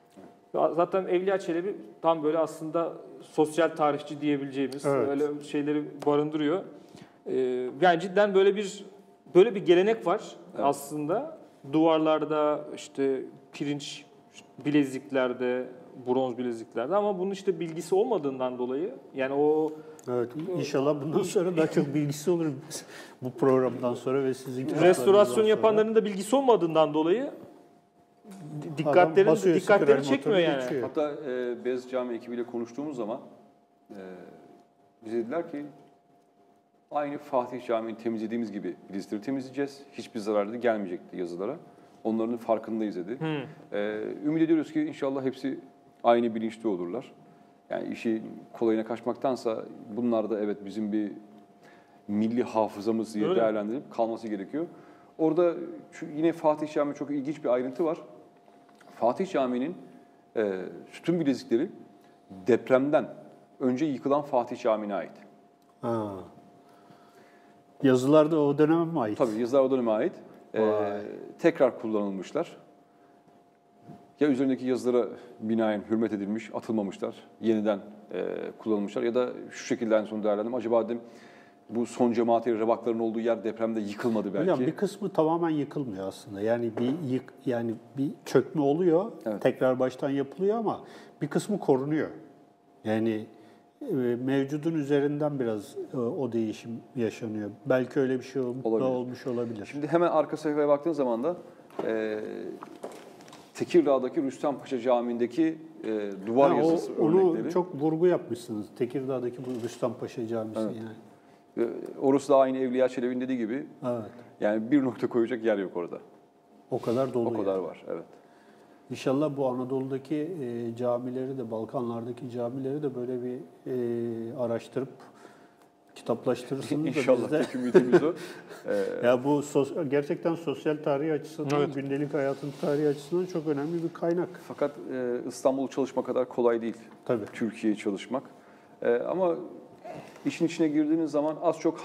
Zaten Evliya Çelebi tam böyle aslında sosyal tarihçi diyebileceğimiz öyle şeyleri barındırıyor. Yani cidden böyle bir gelenek var aslında. Duvarlarda işte pirinç bileziklerde, bronz bileziklerde ama bunun işte bilgisi olmadığından dolayı yani o Evet, inşallah bundan sonra daha çok bilgisi olur bu programdan sonra ve sizin restorasyon yapanların da bilgisi olmadığından dolayı dikkatlerini çekmiyor yani. Geçiyor. Hatta Beyazıt Camii ekibiyle konuştuğumuz zaman bize dediler ki aynı Fatih Camii'ni temizlediğimiz gibi bilezikleri temizleyeceğiz. Hiçbir zararı gelmeyecekti yazılara. Onların farkındayız dedi. Ümit ediyoruz ki inşallah hepsi aynı bilinçli olurlar. Yani işi kolayına kaçmaktansa bunlar da evet bizim bir milli hafızamız diye değerlendirilip kalması gerekiyor. Orada yine Fatih Camii çok ilginç bir ayrıntı var. Fatih Camii'nin sütun bilezikleri depremden önce yıkılan Fatih Camii'ne ait. Ha. Yazılar da o döneme mi ait? Tabii yazılar o döneme ait. Vay. Tekrar kullanılmışlar. Ya üzerindeki yazılara binaen hürmet edilmiş, atılmamışlar, yeniden kullanılmışlar ya da şu şekilde en son değerlendim. Acaba dedim bu son cemaat-i rebakların olduğu yer depremde yıkılmadı belki. Hocam bir kısmı tamamen yıkılmıyor aslında. Yani bir çökme oluyor, Evet. tekrar baştan yapılıyor ama bir kısmı korunuyor. Yani mevcudun üzerinden biraz o değişim yaşanıyor. Belki öyle bir şey Olabilir. olmuş olabilir. Şimdi hemen arka sayfaya baktığın zaman da Tekirdağ'daki Rüstem Paşa Camii'ndeki duvar Ha, yazısı onu örnekleri. çok vurgu yapmışsınız. Tekirdağ'daki bu Rüstem Paşa Camisi Evet. yani. Orası da aynı Evliya Çelebi'nin dediği gibi Evet. yani bir nokta koyacak yer yok orada. O kadar dolu. O kadar yani. var, evet. İnşallah bu Anadolu'daki camileri de, Balkanlardaki camileri de böyle bir araştırıp kitaplaştırırsınız da İnşallah biz de. tek ümidimiz o. Ya bu gerçekten sosyal tarih açısından, Evet. gündelik hayatın tarihi açısından çok önemli bir kaynak. Fakat İstanbul'u çalışmak kadar kolay değil. Tabii. Türkiye'yi çalışmak. Ama işin içine girdiğiniz zaman az çok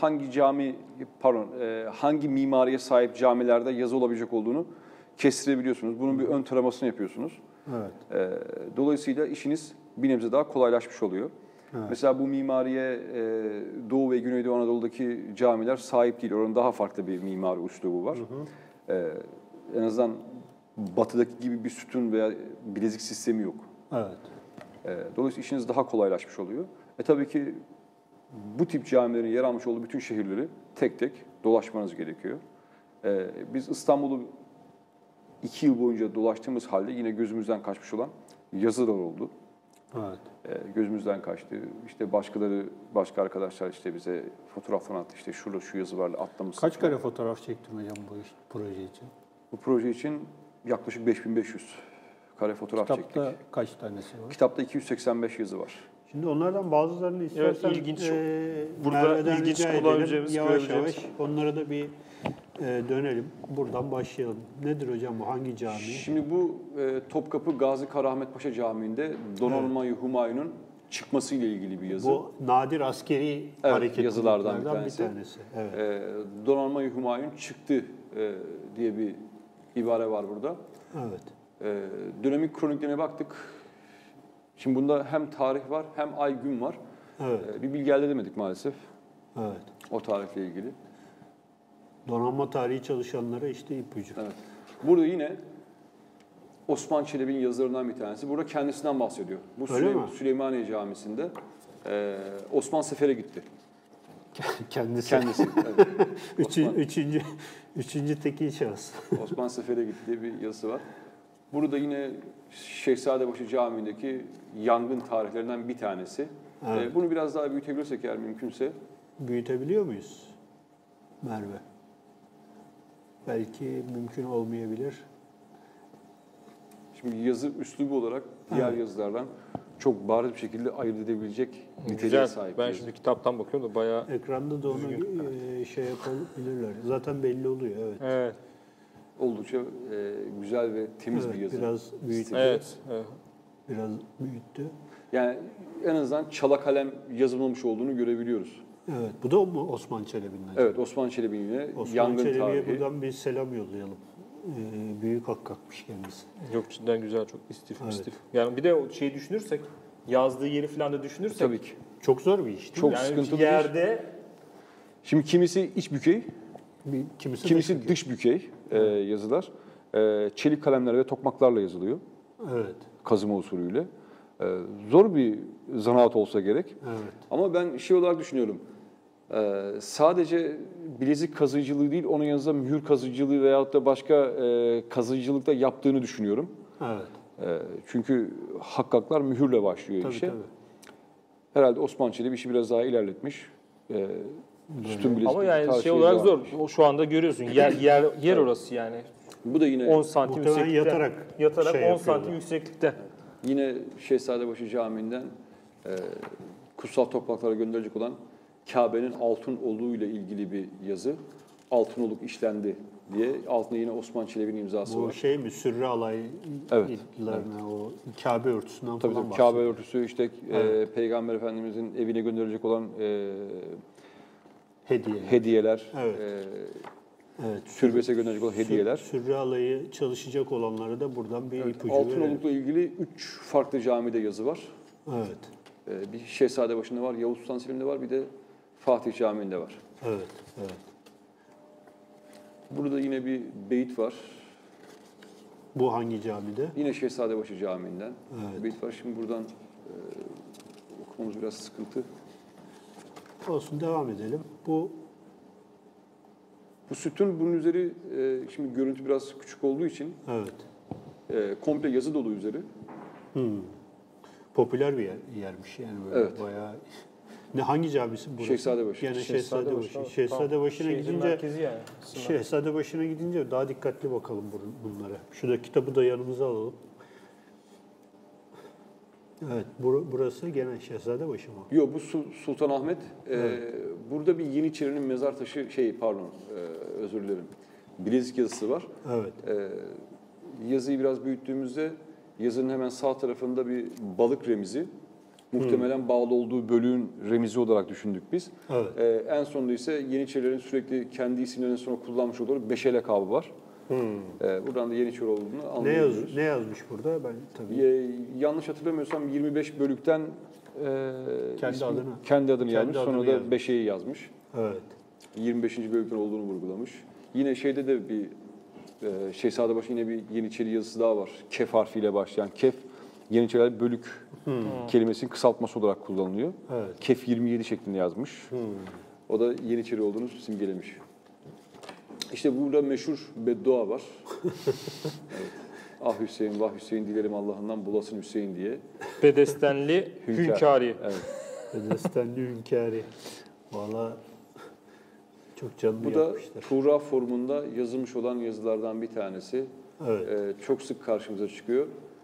hangi mimariye sahip camilerde yazı olabilecek olduğunu kestirebiliyorsunuz. Bunun bir ön taramasını yapıyorsunuz. Evet. Dolayısıyla işiniz bir nebze daha kolaylaşmış oluyor. Evet. Mesela bu mimariye Doğu ve Güneydoğu Anadolu'daki camiler sahip değil. Oranın daha farklı bir mimari üslubu var. En azından batıdaki gibi bir sütun veya bilezik sistemi yok. Evet. Dolayısıyla işiniz daha kolaylaşmış oluyor. Tabii ki bu tip camilerin yer almış olduğu bütün şehirleri tek tek dolaşmanız gerekiyor. Biz İstanbul'u 2 yıl boyunca dolaştığımız halde yine gözümüzden kaçmış olan yazılar oldu. Evet. Gözümüzden kaçtı. İşte başka arkadaşlar işte bize fotoğraflar attı. İşte şurada şu yazı var, atlamışsın. Kaç kare fotoğraf çektin hocam proje için? Bu proje için yaklaşık 5500 kare fotoğraf Kitapta çektik. kaç tanesi var? Kitapta 285 yazı var. Şimdi onlardan bazılarını istersen ilginç. Burada Merve'den ilginç rica edelim. kullanabileceğimiz, Yavaş görebileceğimiz. yavaş onlara da bir dönelim. Buradan başlayalım. Nedir hocam bu? Hangi cami? Şimdi bu Topkapı Gazi Karaahmet Paşa Camii'nde Donanma-i Humayun'un çıkması ile ilgili bir yazı. Bu nadir askeri yazılardan bir hareketliliklerden tanesi. Evet. Donanma-i Humayun çıktı diye bir ibare var burada. Evet. Dönemin kroniklerine baktık. Şimdi bunda hem tarih var hem ay gün var. Evet. Bir bilgi elde edemedik maalesef Evet. o tarihle ilgili. Donanma tarihi çalışanlara işte ipucu. Evet. Burada yine Osman Çelebi'nin yazılarından bir tanesi. Burada kendisinden bahsediyor. Bu Öyle mi? Süleymaniye Camisi'nde Osman sefere gitti. Kendisi. Kendisi. Evet. Üçüncü tekil şahıs. Osman sefere gitti diye bir yazısı var. Burada yine Şehzadebaşı Camii'ndeki yangın tarihlerinden bir tanesi. Evet. Bunu biraz daha büyütebilirsek eğer mümkünse. Büyütebiliyor muyuz Merve? Belki mümkün olmayabilir. Şimdi yazı üslubu olarak diğer yazılardan çok bariz bir şekilde ayırt edebilecek niteliğe Güzel. sahip. Ben yazı. şimdi kitaptan bakıyorum da bayağı... Ekranda da onu şey yapabilirler. Zaten belli oluyor. Evet. Evet. Oldukça güzel ve temiz bir Evet, yazı. biraz büyüttü. Evet. Evet. Biraz büyüttü. Yani en azından çala kalem yazılmamış olduğunu görebiliyoruz. Evet. Bu da mu Osman Çelebi'nin? Evet, Osman Çelebi'nin yine Osman yangın Çelebi'ye tarihi. buradan bir selam yollayalım. Büyük hak kalkmış kendisi. Yok cidden güzel, çok istif, Evet. istif. Yani bir de o şeyi düşünürsek, yazdığı yeri falan da düşünürsek... Tabii ki. Çok zor bir iş değil Çok mi? yani sıkıntılı bir yerde... Şimdi kimisi iç bükey, Kimisi dış bükey yazılar. Çelik kalemler ve tokmaklarla yazılıyor. Evet. Kazıma usulüyle. Zor bir zanaat olsa gerek. Evet. Ama ben şey olarak düşünüyorum. Sadece bilezik kazıcılığı değil, onun yanında mühür kazıcılığı veyahut da başka kazıcılıkta yaptığını düşünüyorum. Evet. Çünkü hakkaklar mühürle başlıyor Tabii işe. tabii. Herhalde Osman Çelebi işi biraz daha ilerletmiş. Sütun bilezik Ama yani tarzı şey olarak devam zor. etmiş. O şu anda görüyorsun. Yer orası yani. Bu da yine 10 santim Muhtemelen yükseklikte. Yatarak şey 10 yapıyorlar. santim yükseklikte. yine Şehzadebaşı Camii'nden kutsal topraklara gönderilecek olan Kabe'nin altın oluğuyla ilgili bir yazı. Altın oluk işlendi diye. Altında yine Osman Çelebi'nin imzası Bu var. şey mi? Sürre Evet. alaylarına o Kabe örtüsünden Tabii falan tabii bahsediyor. Kabe örtüsü işte Peygamber Efendimizin evine gönderilecek olan hediyeler, Evet. Evet. türbesine gönderecek olan hediyeler. Sürre alayı çalışacak olanlara da buradan bir ipucu verelim. Altınoluk'la ilgili 3 farklı camide yazı var. Evet. Bir Şehzadebaşı'nda var, Yavuz Sultan Selim'de var, bir de Fatih Camii'nde var. Evet. Evet. Burada yine bir beyit var. Bu hangi camide? Yine Şehzadebaşı Camii'nden. Evet. Beyit var. Şimdi buradan okumamız biraz sıkıntı. Olsun, devam edelim. Bu sütun, bunun üzeri, şimdi görüntü biraz küçük olduğu için evet. Komple yazı dolu üzeri. Popüler bir yermiş yani böyle Evet. bayağı. Ne, hangi camisi burası? Şehzadebaşı. Yani Şehzadebaşı. Şehzadebaşı'na gidince Şehzadebaşı'na gidince daha dikkatli bakalım bunlara. Şurada kitabı da yanımıza alalım. Evet, burası gene Şehzadebaşı mı? Yok, bu Sultanahmet. Burada bir Yeniçeri'nin mezar taşı, özür dilerim. Bilezik yazısı var. Evet. Yazıyı biraz büyüttüğümüzde yazının hemen sağ tarafında bir balık remizi. Muhtemelen bağlı olduğu bölüğün remizi olarak düşündük biz. Evet. En sonunda ise Yeniçerilerin sürekli kendi isimlerinden sonra kullanmış olduğu Beşe lakabı var. Buradan da Yeniçeri olduğunu anlıyoruz. Ne yazmış burada? Ben tabii. Yanlış hatırlamıyorsam 25 bölükten kendi adını yazmış. Sonra da Beşe'yi yazmış. Evet. 25. bölükten olduğunu vurgulamış. Yine şeyde de bir Şehzadebaşı yine bir Yeniçeri yazısı daha var. Kef harfiyle başlayan. Kef, Yeniçeriler bölük kelimesinin kısaltması olarak kullanılıyor. Evet. Kef 27 şeklinde yazmış. O da Yeniçeri olduğunu simgelemiş. İşte burada meşhur beddua var. Evet. Ah Hüseyin, vah Hüseyin, dilerim Allah'ından bulasın Hüseyin diye. Bedestenli hünkâri. Evet. Bedestenli hünkâri. Valla çok canlı Bu da yapmışlar. Tuğra formunda yazılmış olan yazılardan bir tanesi. Evet. Çok sık karşımıza çıkıyor.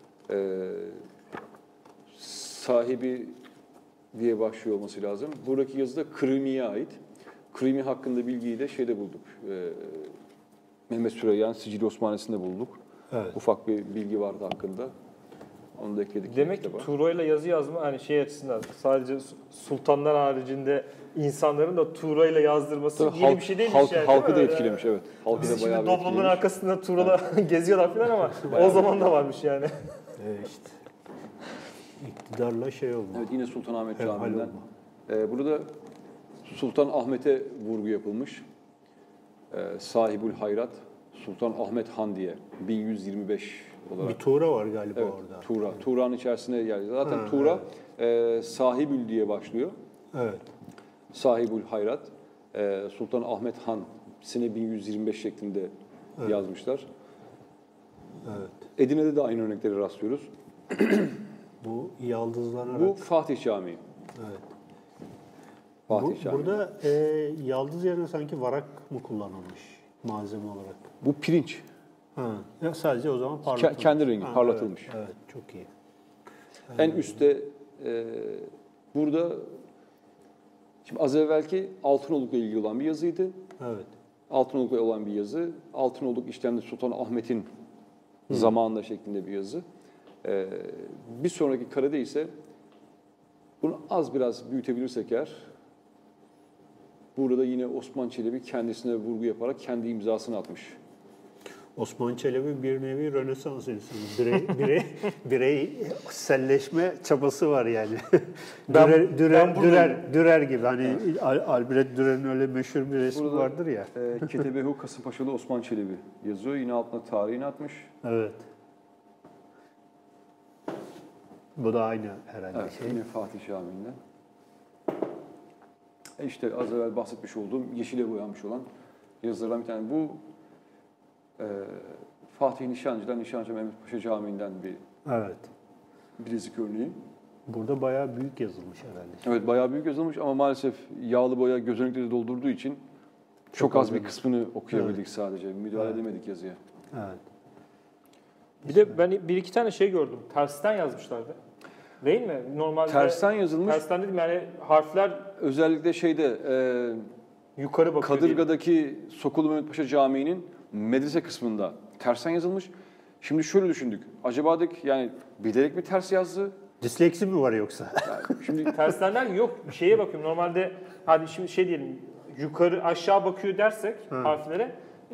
Sahibi diye başlıyor olması lazım. Buradaki yazı da Kırımi'ye ait. Kırımi hakkında bilgiyi de şeyde bulduk. Mehmet Süreyyan Sicili Osmaniyesi'nde bulduk. Evet. Ufak bir bilgi vardı hakkında. Onu da ekledik. Demek ki Tuğra'yla yazı yazma hani şey açısından sadece sultanlar haricinde insanların da Tuğra'yla yazdırması yeni bir şey değilmiş yani. Halkı da etkilemiş, evet. Halkı Biz da şimdi bayağı bir Doblo'nun etkilemiş. arkasında Tuğra'la geziyorlar falan ama o zaman da varmış yani. Evet işte. İktidarla şey oldu. Evet, yine Sultanahmet Hemhal Camii'nden. olma. Burada Sultan Ahmet'e vurgu yapılmış. Sahibül Hayrat, Sultan Ahmet Han diye 1125 olarak. Bir Tuğra var galiba Evet, orada. Tuğra. Tuğra'nın içerisine geldi. Zaten Tuğra Sahibül diye başlıyor. Evet. Sahibül Hayrat, Sultan Ahmet Han sene 1125 şeklinde yazmışlar. Evet. Edirne'de de aynı örnekleri rastlıyoruz. Bu yaldızlanarak. Bu Fatih Camii. Evet. Fatih Camii. Burada yaldız yerine sanki varak mı kullanılmış malzeme olarak? Bu pirinç. Ya sadece o zaman parlatılmış. Kendi rengi parlatılmış. Evet, çok iyi. En üstte burada şimdi az evvelki Altınoluk'la ilgili olan bir yazıydı. Evet. Altınoluk'la olan bir yazı. Altınoluk işlemde Sultan Ahmet'in zamanında şeklinde bir yazı. Bir sonraki karede ise bunu az biraz büyütebilirsek eğer burada yine Osman Çelebi kendisine vurgu yaparak kendi imzasını atmış. Osman Çelebi bir nevi Rönesans insanı. Bireyselleşme çabası var yani. Dürer gibi. Hani Albert Dürer'in öyle meşhur bir resmi burada, vardır ya. Ketebehu Kasımpaşalı Osman Çelebi yazıyor. Yine altına tarihini atmış. Evet. Bu da aynı herhalde Evet, şey. yine Fatih Camii'nden. İşte az evvel bahsetmiş olduğum yeşile boyanmış olan yazılardan bir tane. Bu Fatih Nişancı'dan Nişancı Mehmet Paşa Camii'nden bir Evet. bilezik örneği. Burada bayağı büyük yazılmış herhalde. Evet, bayağı büyük yazılmış ama maalesef yağlı boya gözenekleri doldurduğu için çok az bir kısmını okuyabildik sadece. Müdahale edemedik yazıya. Evet. Bir de ben bir iki tane şey gördüm. Tersten yazmışlardı. Değil mi? Normalde Tersten yazılmış. Tersten dedim yani harfler Özellikle şeyde yukarı bakıyor. Kadırga'daki Sokulu Mehmet Paşa Camii'nin medrese kısmında tersten yazılmış. Şimdi şöyle düşündük. Acaba dedik yani bilerek mi ters yazdı? Disleksi mi var yoksa? Yani şimdi Tersten der yok. Bir şeye bakıyorum. Normalde hadi şimdi şey diyelim. yukarı aşağı bakıyor dersek harflere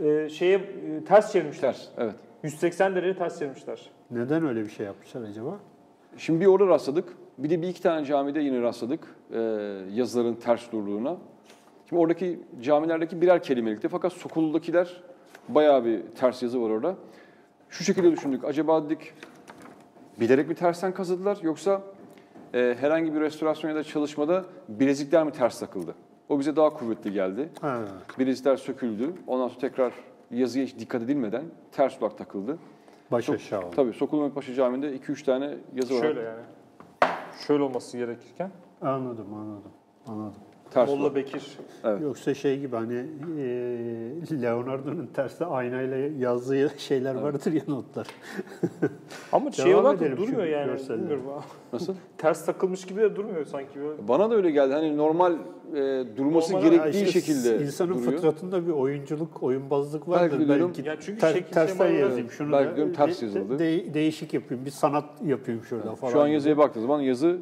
ters çevirmişler. Ters, evet. 180 derece ters çevirmişler. Neden öyle bir şey yapmışlar acaba? Şimdi bir orada rastladık. Bir de bir iki tane camide yine rastladık yazıların ters durduğuna. Şimdi oradaki camilerdeki birer kelimelikti fakat Sokullu'dakiler bayağı bir ters yazı var orada. Şu şekilde düşündük. Acaba dedik bilerek mi tersten kazıdılar yoksa herhangi bir restorasyon ya da çalışmada bilezikler mi ters takıldı? O bize daha kuvvetli geldi. Ha. Bilezikler söküldü. Ondan sonra tekrar yazıya hiç dikkat edilmeden ters olarak takıldı. Baş aşağı oldu. Tabii Sokullu Mehmet Paşa Camii'nde 2-3 tane yazı var. Şöyle yani. Şöyle olması gerekirken. Anladım. Ters Molla olarak. Bekir. Evet. Yoksa şey gibi hani Leonardo'nun terste aynayla yazdığı şeyler vardır ya, notlar. Ama şey Devam olarak da edelim şu durmuyor yani. görselle. Bilmiyorum. Nasıl? Ters takılmış gibi de durmuyor sanki böyle. Bana da öyle geldi. Hani normal durması Normal, gerektiği İşte şekilde insanın duruyor. fıtratında bir oyunculuk, oyunbazlık vardır. Belki diyorum, Belki ya çünkü tersten şemaları- yazayım şunu belki da, diyorum ters yazıldı. değişik yapayım, bir sanat yapayım şurada falan. Şu an gibi. yazıya baktığı zaman yazı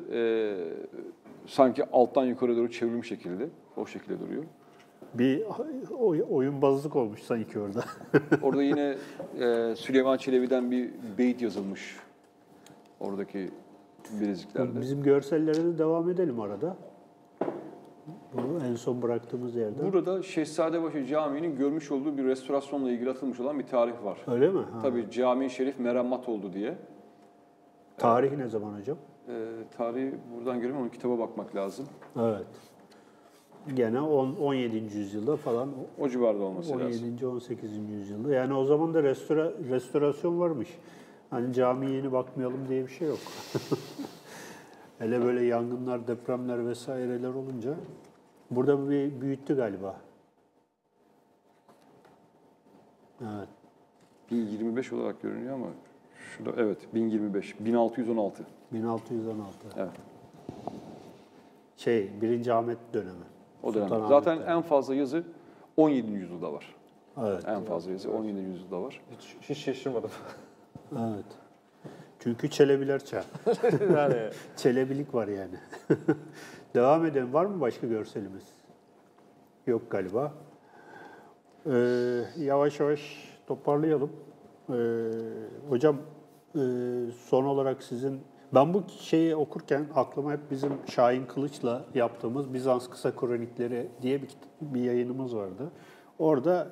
sanki alttan yukarı doğru çevrilmiş şekilde. O şekilde duruyor. Bir oyunbazlık olmuş sanki orada. Orada yine Süleyman Çelebi'den bir beyit yazılmış. Oradaki bileziklerde. Bizim görsellere de devam edelim arada. Bu en son bıraktığımız yerden. Burada Şehzadebaşı Camii'nin görmüş olduğu bir restorasyonla ilgili atılmış olan bir tarih var. Öyle mi? Ha. Tabii Cami-i Şerif meremmat oldu diye. Tarihi ne zaman hocam? Tarihi buradan göremiyorum, onun kitaba bakmak lazım. Evet. Gene 17. yüzyılda falan, O civarda olması lazım. 17. 18. yüzyılda. Yani o zaman da restorasyon varmış. Hani camiye yeni bakmayalım diye bir şey yok. Hele böyle yangınlar, depremler vesaireler olunca. Burada bir büyüttü galiba. Evet. 1025 olarak görünüyor ama şurada evet 1025, 1616. 1616. Evet. 1. Ahmet dönemi. O dönem. Sultanahmet Zaten dönemi. en fazla yazı 17. yüzyılda var. Evet. En fazla yazı 17. yüzyılda var. Hiç şaşırmadım. Evet. Çünkü Çelebiler çağı. Yani Çelebilik var yani. Devam edelim. Var mı başka görselimiz? Yok galiba. Yavaş yavaş toparlayalım. Hocam son olarak ben bu şeyi okurken aklıma hep bizim Şahin Kılıç'la yaptığımız Bizans Kısa Kronikleri diye bir yayınımız vardı. Orada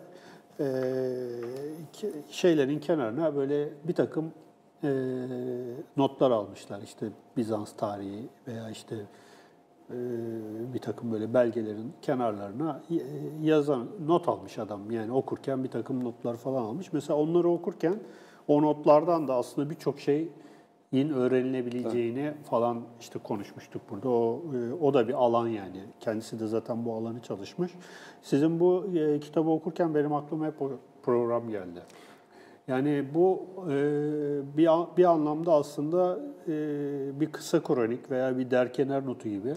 şeylerin kenarına böyle bir takım notlar almışlar. İşte Bizans tarihi veya işte bir takım böyle belgelerin kenarlarına not almış adam. Yani okurken bir takım notlar falan almış. Mesela onları okurken o notlardan da aslında birçok şeyin öğrenilebileceğini falan işte konuşmuştuk burada. O da bir alan yani. Kendisi de zaten bu alanı çalışmış. Sizin bu kitabı okurken benim aklıma hep o program geldi. Yani bu bir anlamda aslında bir kısa kronik veya bir derkener notu gibi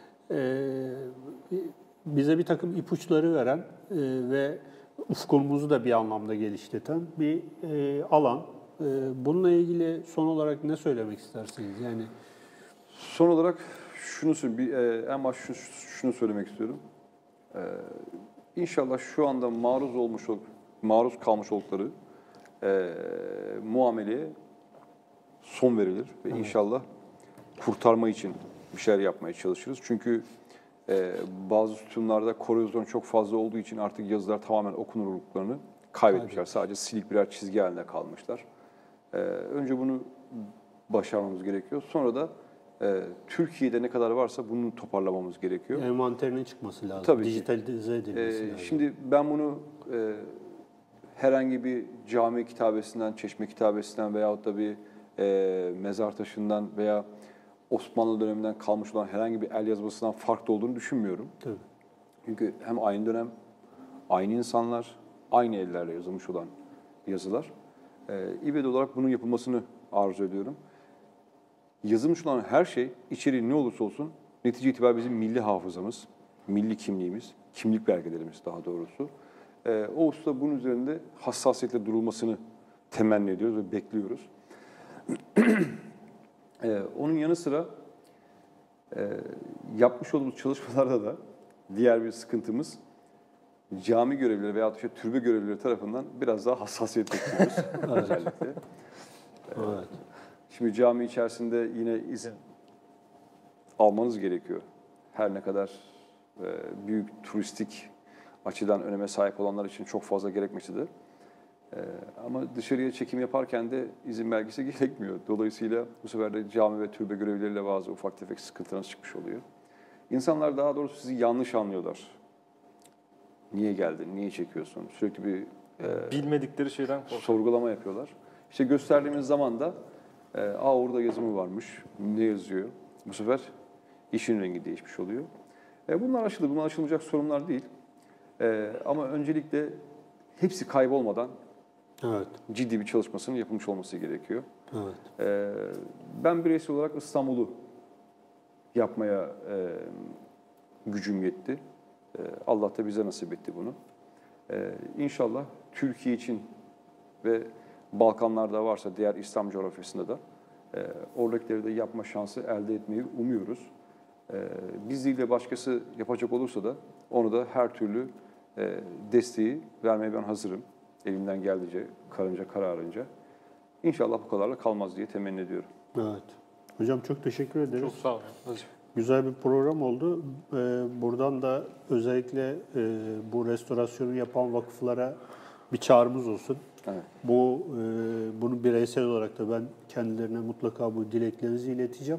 bize bir takım ipuçları veren ve ufkumuzu da bir anlamda geliştirten bir alan. Bununla ilgili son olarak ne söylemek istersiniz? Yani Son olarak en baş şunu söylemek istiyorum. İnşallah şu anda maruz kalmış oldukları muameleye son verilir ve inşallah kurtarma için bir şeyler yapmaya çalışırız. Çünkü bazı sütunlarda korozyon çok fazla olduğu için artık yazılar tamamen okunurluklarını kaybetmişler. Sadece silik birer çizgi halinde kalmışlar. Önce bunu başarmamız gerekiyor. Sonra da Türkiye'de ne kadar varsa bunu toparlamamız gerekiyor. envanterinin çıkması lazım. Tabii ki. Dijitalize edilmesi lazım. Şimdi ben bunu herhangi bir cami kitabesinden, çeşme kitabesinden veyahut da bir mezar taşından veya Osmanlı döneminden kalmış olan herhangi bir el yazmasından farklı olduğunu düşünmüyorum. Tabii. Çünkü hem aynı dönem, aynı insanlar, aynı ellerle yazılmış olan yazılar. İvedi olarak bunun yapılmasını arzu ediyorum. Yazılmış olan her şey, içeriği ne olursa olsun, netice itibariyle bizim milli hafızamız, milli kimliğimiz, kimlik belgelerimiz daha doğrusu. O hususta bunun üzerinde hassasiyetle durulmasını temenni ediyoruz ve bekliyoruz. Onun yanı sıra yapmış olduğumuz çalışmalarda da diğer bir sıkıntımız cami görevlileri veya işte türbe görevlileri tarafından biraz daha hassasiyet bekliyoruz özellikle. Evet. Şimdi cami içerisinde yine izin almanız gerekiyor. Her ne kadar büyük turistik açıdan öneme sahip olanlar için çok fazla gerekmese de. Ama dışarıya çekim yaparken de izin belgesi gerekmiyor. Dolayısıyla bu sefer de cami ve türbe görevlileriyle bazı ufak tefek sıkıntılarınız çıkmış oluyor. İnsanlar daha doğrusu sizi yanlış anlıyorlar. Niye geldin, niye çekiyorsun? Sürekli bir Bilmedikleri şeyden korkuyor. sorgulama yapıyorlar. İşte gösterdiğimiz zaman da orada yazımı varmış, ne yazıyor? Bu sefer işin rengi değişmiş oluyor. Bunlar aşılır, bunlar aşılmayacak sorunlar değil. Ama öncelikle hepsi kaybolmadan Evet. ciddi bir çalışmasının yapılmış olması gerekiyor. Evet. Ben bireysel olarak İstanbul'u yapmaya gücüm yetti. Allah da bize nasip etti bunu. İnşallah Türkiye için ve Balkanlarda varsa diğer İslam coğrafyasında da oradakileri de yapma şansı elde etmeyi umuyoruz. Biz değil de başkası yapacak olursa da onu da her türlü desteği vermeye ben hazırım. Elimden geldiğince, karınca kararınca. İnşallah bu kadarla kalmaz diye temenni ediyorum. Evet. Hocam çok teşekkür ederiz. Çok sağ olun. Nazif. Güzel bir program oldu. Buradan da özellikle bu restorasyonu yapan vakıflara bir çağrımız olsun. Evet. Bunu bireysel olarak da ben kendilerine mutlaka bu dileklerinizi ileteceğim.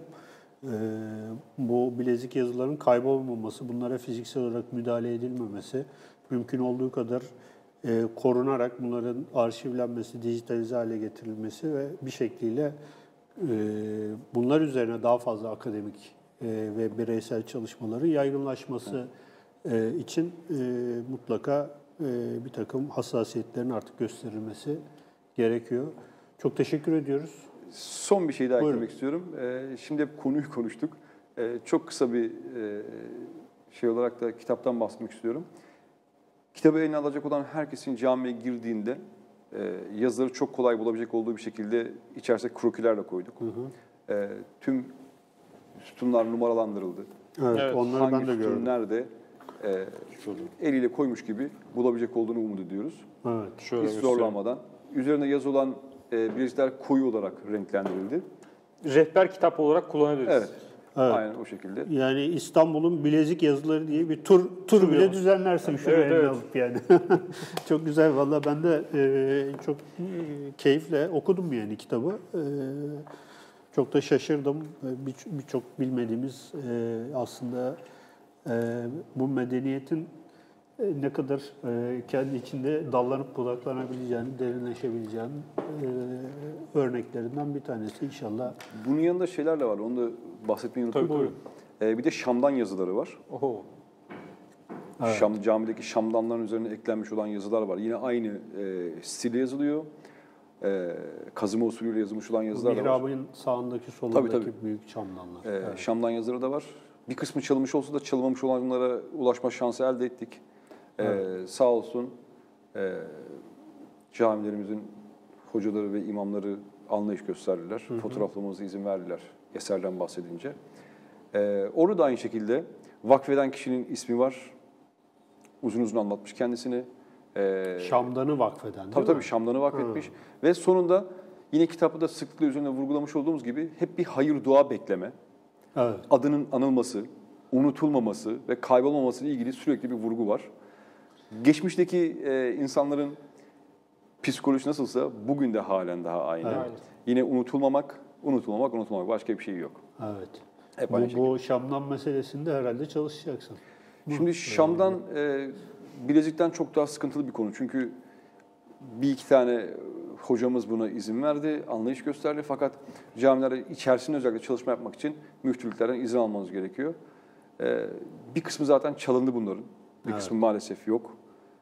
Bu bilezik yazıların kaybolmaması, bunlara fiziksel olarak müdahale edilmemesi, mümkün olduğu kadar korunarak bunların arşivlenmesi, dijitalize hale getirilmesi ve bir şekliyle bunlar üzerine daha fazla akademik ve bireysel çalışmaları yaygınlaşması için mutlaka bir takım hassasiyetlerin artık gösterilmesi gerekiyor. Çok teşekkür ediyoruz. Son bir şey daha Buyurun. eklemek istiyorum. Şimdi hep konuyu konuştuk. Çok kısa bir şey olarak da kitaptan bahsetmek istiyorum. Kitabı eline alacak olan herkesin camiye girdiğinde yazıları çok kolay bulabilecek olduğu bir şekilde içerisine krokilerle koyduk. Tüm sütunlar numaralandırıldı. Evet, Evet, onları Hangi ben de sütun gördüm. nerede eliyle koymuş gibi bulabilecek olduğunu umut ediyoruz. Evet. Şöyle Hiç göstereyim. zorlanmadan. Üzerinde yazı olan bilezikler koyu olarak renklendirildi. Rehber kitap olarak kullanabiliriz. Evet. Evet. Aynen o şekilde. Yani İstanbul'un bilezik yazıları diye bir tur bile düzenlersin şunu Evet, eline evet. alıp yani. Çok güzel valla ben de çok keyifle okudum yani kitabı. Çok da şaşırdım. Birçok bilmediğimiz aslında bu medeniyetin ne kadar kendi içinde dallanıp budaklanabileceğini, derinleşebileceğini örneklerinden bir tanesi inşallah. Bunun yanında şeyler de var. Onu da bahsetmeyi unuttum. Tabii, Bir de Şam'dan yazıları var. Oho. Evet. Camideki şamdanların üzerine eklenmiş olan yazılar var. Yine aynı stile yazılıyor. Kazıma usulüyle yazılmış olan yazılar da var. Mihrabın sağındaki solundaki Tabii. büyük çamdanlar. Evet. Şam'dan yazıları da var. Bir kısmı çalınmış olsa da çalınmamış olanlara ulaşma şansı elde ettik. Sağ olsun camilerimizin hocaları ve imamları anlayış gösterdiler. Fotoğraflamamıza izin verdiler eserden bahsedince. Onu da aynı şekilde vakfeden kişinin ismi var. Uzun uzun anlatmış kendisini. Şamdanı vakfeden Tabii tabii Şamdan'ı vakfetmiş. Ve sonunda yine kitapta da sıklıkla üzerine vurgulamış olduğumuz gibi hep bir hayır dua bekleme. Evet. Adının anılması, unutulmaması ve kaybolmaması ile ilgili sürekli bir vurgu var. Geçmişteki insanların psikolojisi nasılsa bugün de halen daha aynı. Evet. Yine unutulmamak. Başka bir şey yok. Evet. Hep aynı şekilde. Bu Şamdan meselesinde herhalde çalışacaksın. Şimdi Şam'dan, Bilezik'ten çok daha sıkıntılı bir konu. Çünkü bir iki tane hocamız buna izin verdi, anlayış gösterdi. Fakat camilerde içerisinde özellikle çalışma yapmak için müftülüklerden izin almanız gerekiyor. Bir kısmı zaten çalındı bunların. Bir kısmı maalesef yok.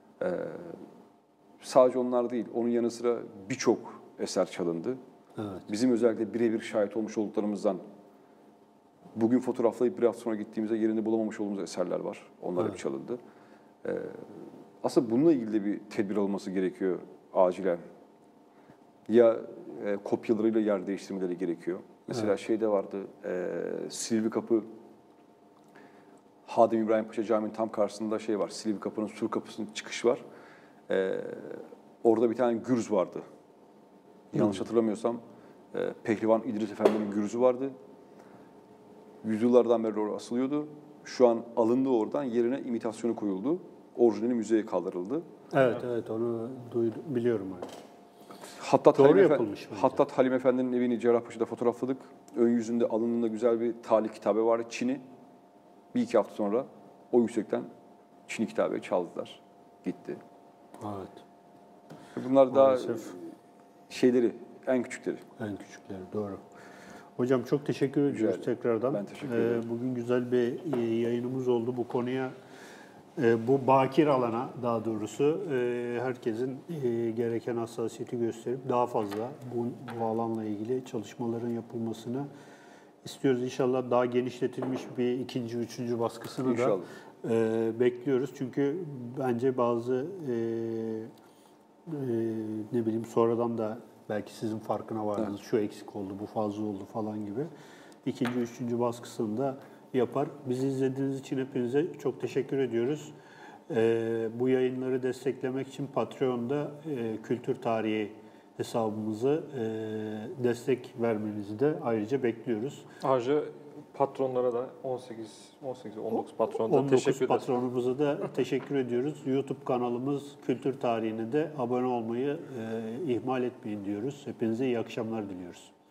Sadece onlar değil, onun yanı sıra birçok eser çalındı. Evet. Bizim özellikle birebir şahit olmuş olduklarımızdan bugün fotoğraflayıp bir hafta sonra gittiğimizde yerinde bulamamış olduğumuz eserler var. Onlar hep çalındı. Aslında bununla ilgili de bir tedbir alınması gerekiyor acilen. Ya kopyalarıyla yer değiştirmeleri gerekiyor. Mesela şeyde vardı, Silivri Kapı Hadim İbrahim Paşa Camii'nin tam karşısında şey var. Silivri Kapı'nın, Sur Kapısı'nın çıkış var. Orada bir tane gürz vardı. Yanlış hatırlamıyorsam Pehlivan İdris Efendi'nin gürzü vardı. Yüzyıllardan beri orada asılıyordu. Şu an alındı oradan, yerine imitasyonu koyuldu. Orijinali müzeye kaldırıldı. Evet onu biliyorum. Yani. Doğru yapılmış bence. Hattat Halim Efendi'nin evini Cerrahpaşa'da fotoğrafladık. Ön yüzünde alnında güzel bir talih kitabı var. Çin'i. Bir iki hafta sonra o yüksekten Çin'i kitabı çaldılar. Gitti. Evet. Bunlar Maalesef. daha şeyleri, en küçükleri. En küçükleri, doğru. Hocam çok teşekkür ediyoruz tekrardan. Ben teşekkür ederim. Bugün güzel bir yayınımız oldu. Bu konuya, bu bakir alana daha doğrusu herkesin gereken hassasiyeti gösterip daha fazla bu alanla ilgili çalışmaların yapılmasını istiyoruz. İnşallah daha genişletilmiş bir ikinci, üçüncü baskısını İnşallah. da bekliyoruz. Çünkü bence bazı ne bileyim sonradan da belki sizin farkına vardınız. Evet. Şu eksik oldu, bu fazla oldu falan gibi. İkinci, üçüncü baskısını da yapar. Bizi izlediğiniz için hepinize çok teşekkür ediyoruz. Bu yayınları desteklemek için Patreon'da Kültür Tarihi hesabımızı destek vermenizi de ayrıca bekliyoruz. Ayrıca patronlara da 19 patrona da 19 teşekkür ederiz. patronumuza da teşekkür ediyoruz. YouTube kanalımız Kültür Tarihi'ne de abone olmayı ihmal etmeyin diyoruz. Hepinize iyi akşamlar diliyoruz.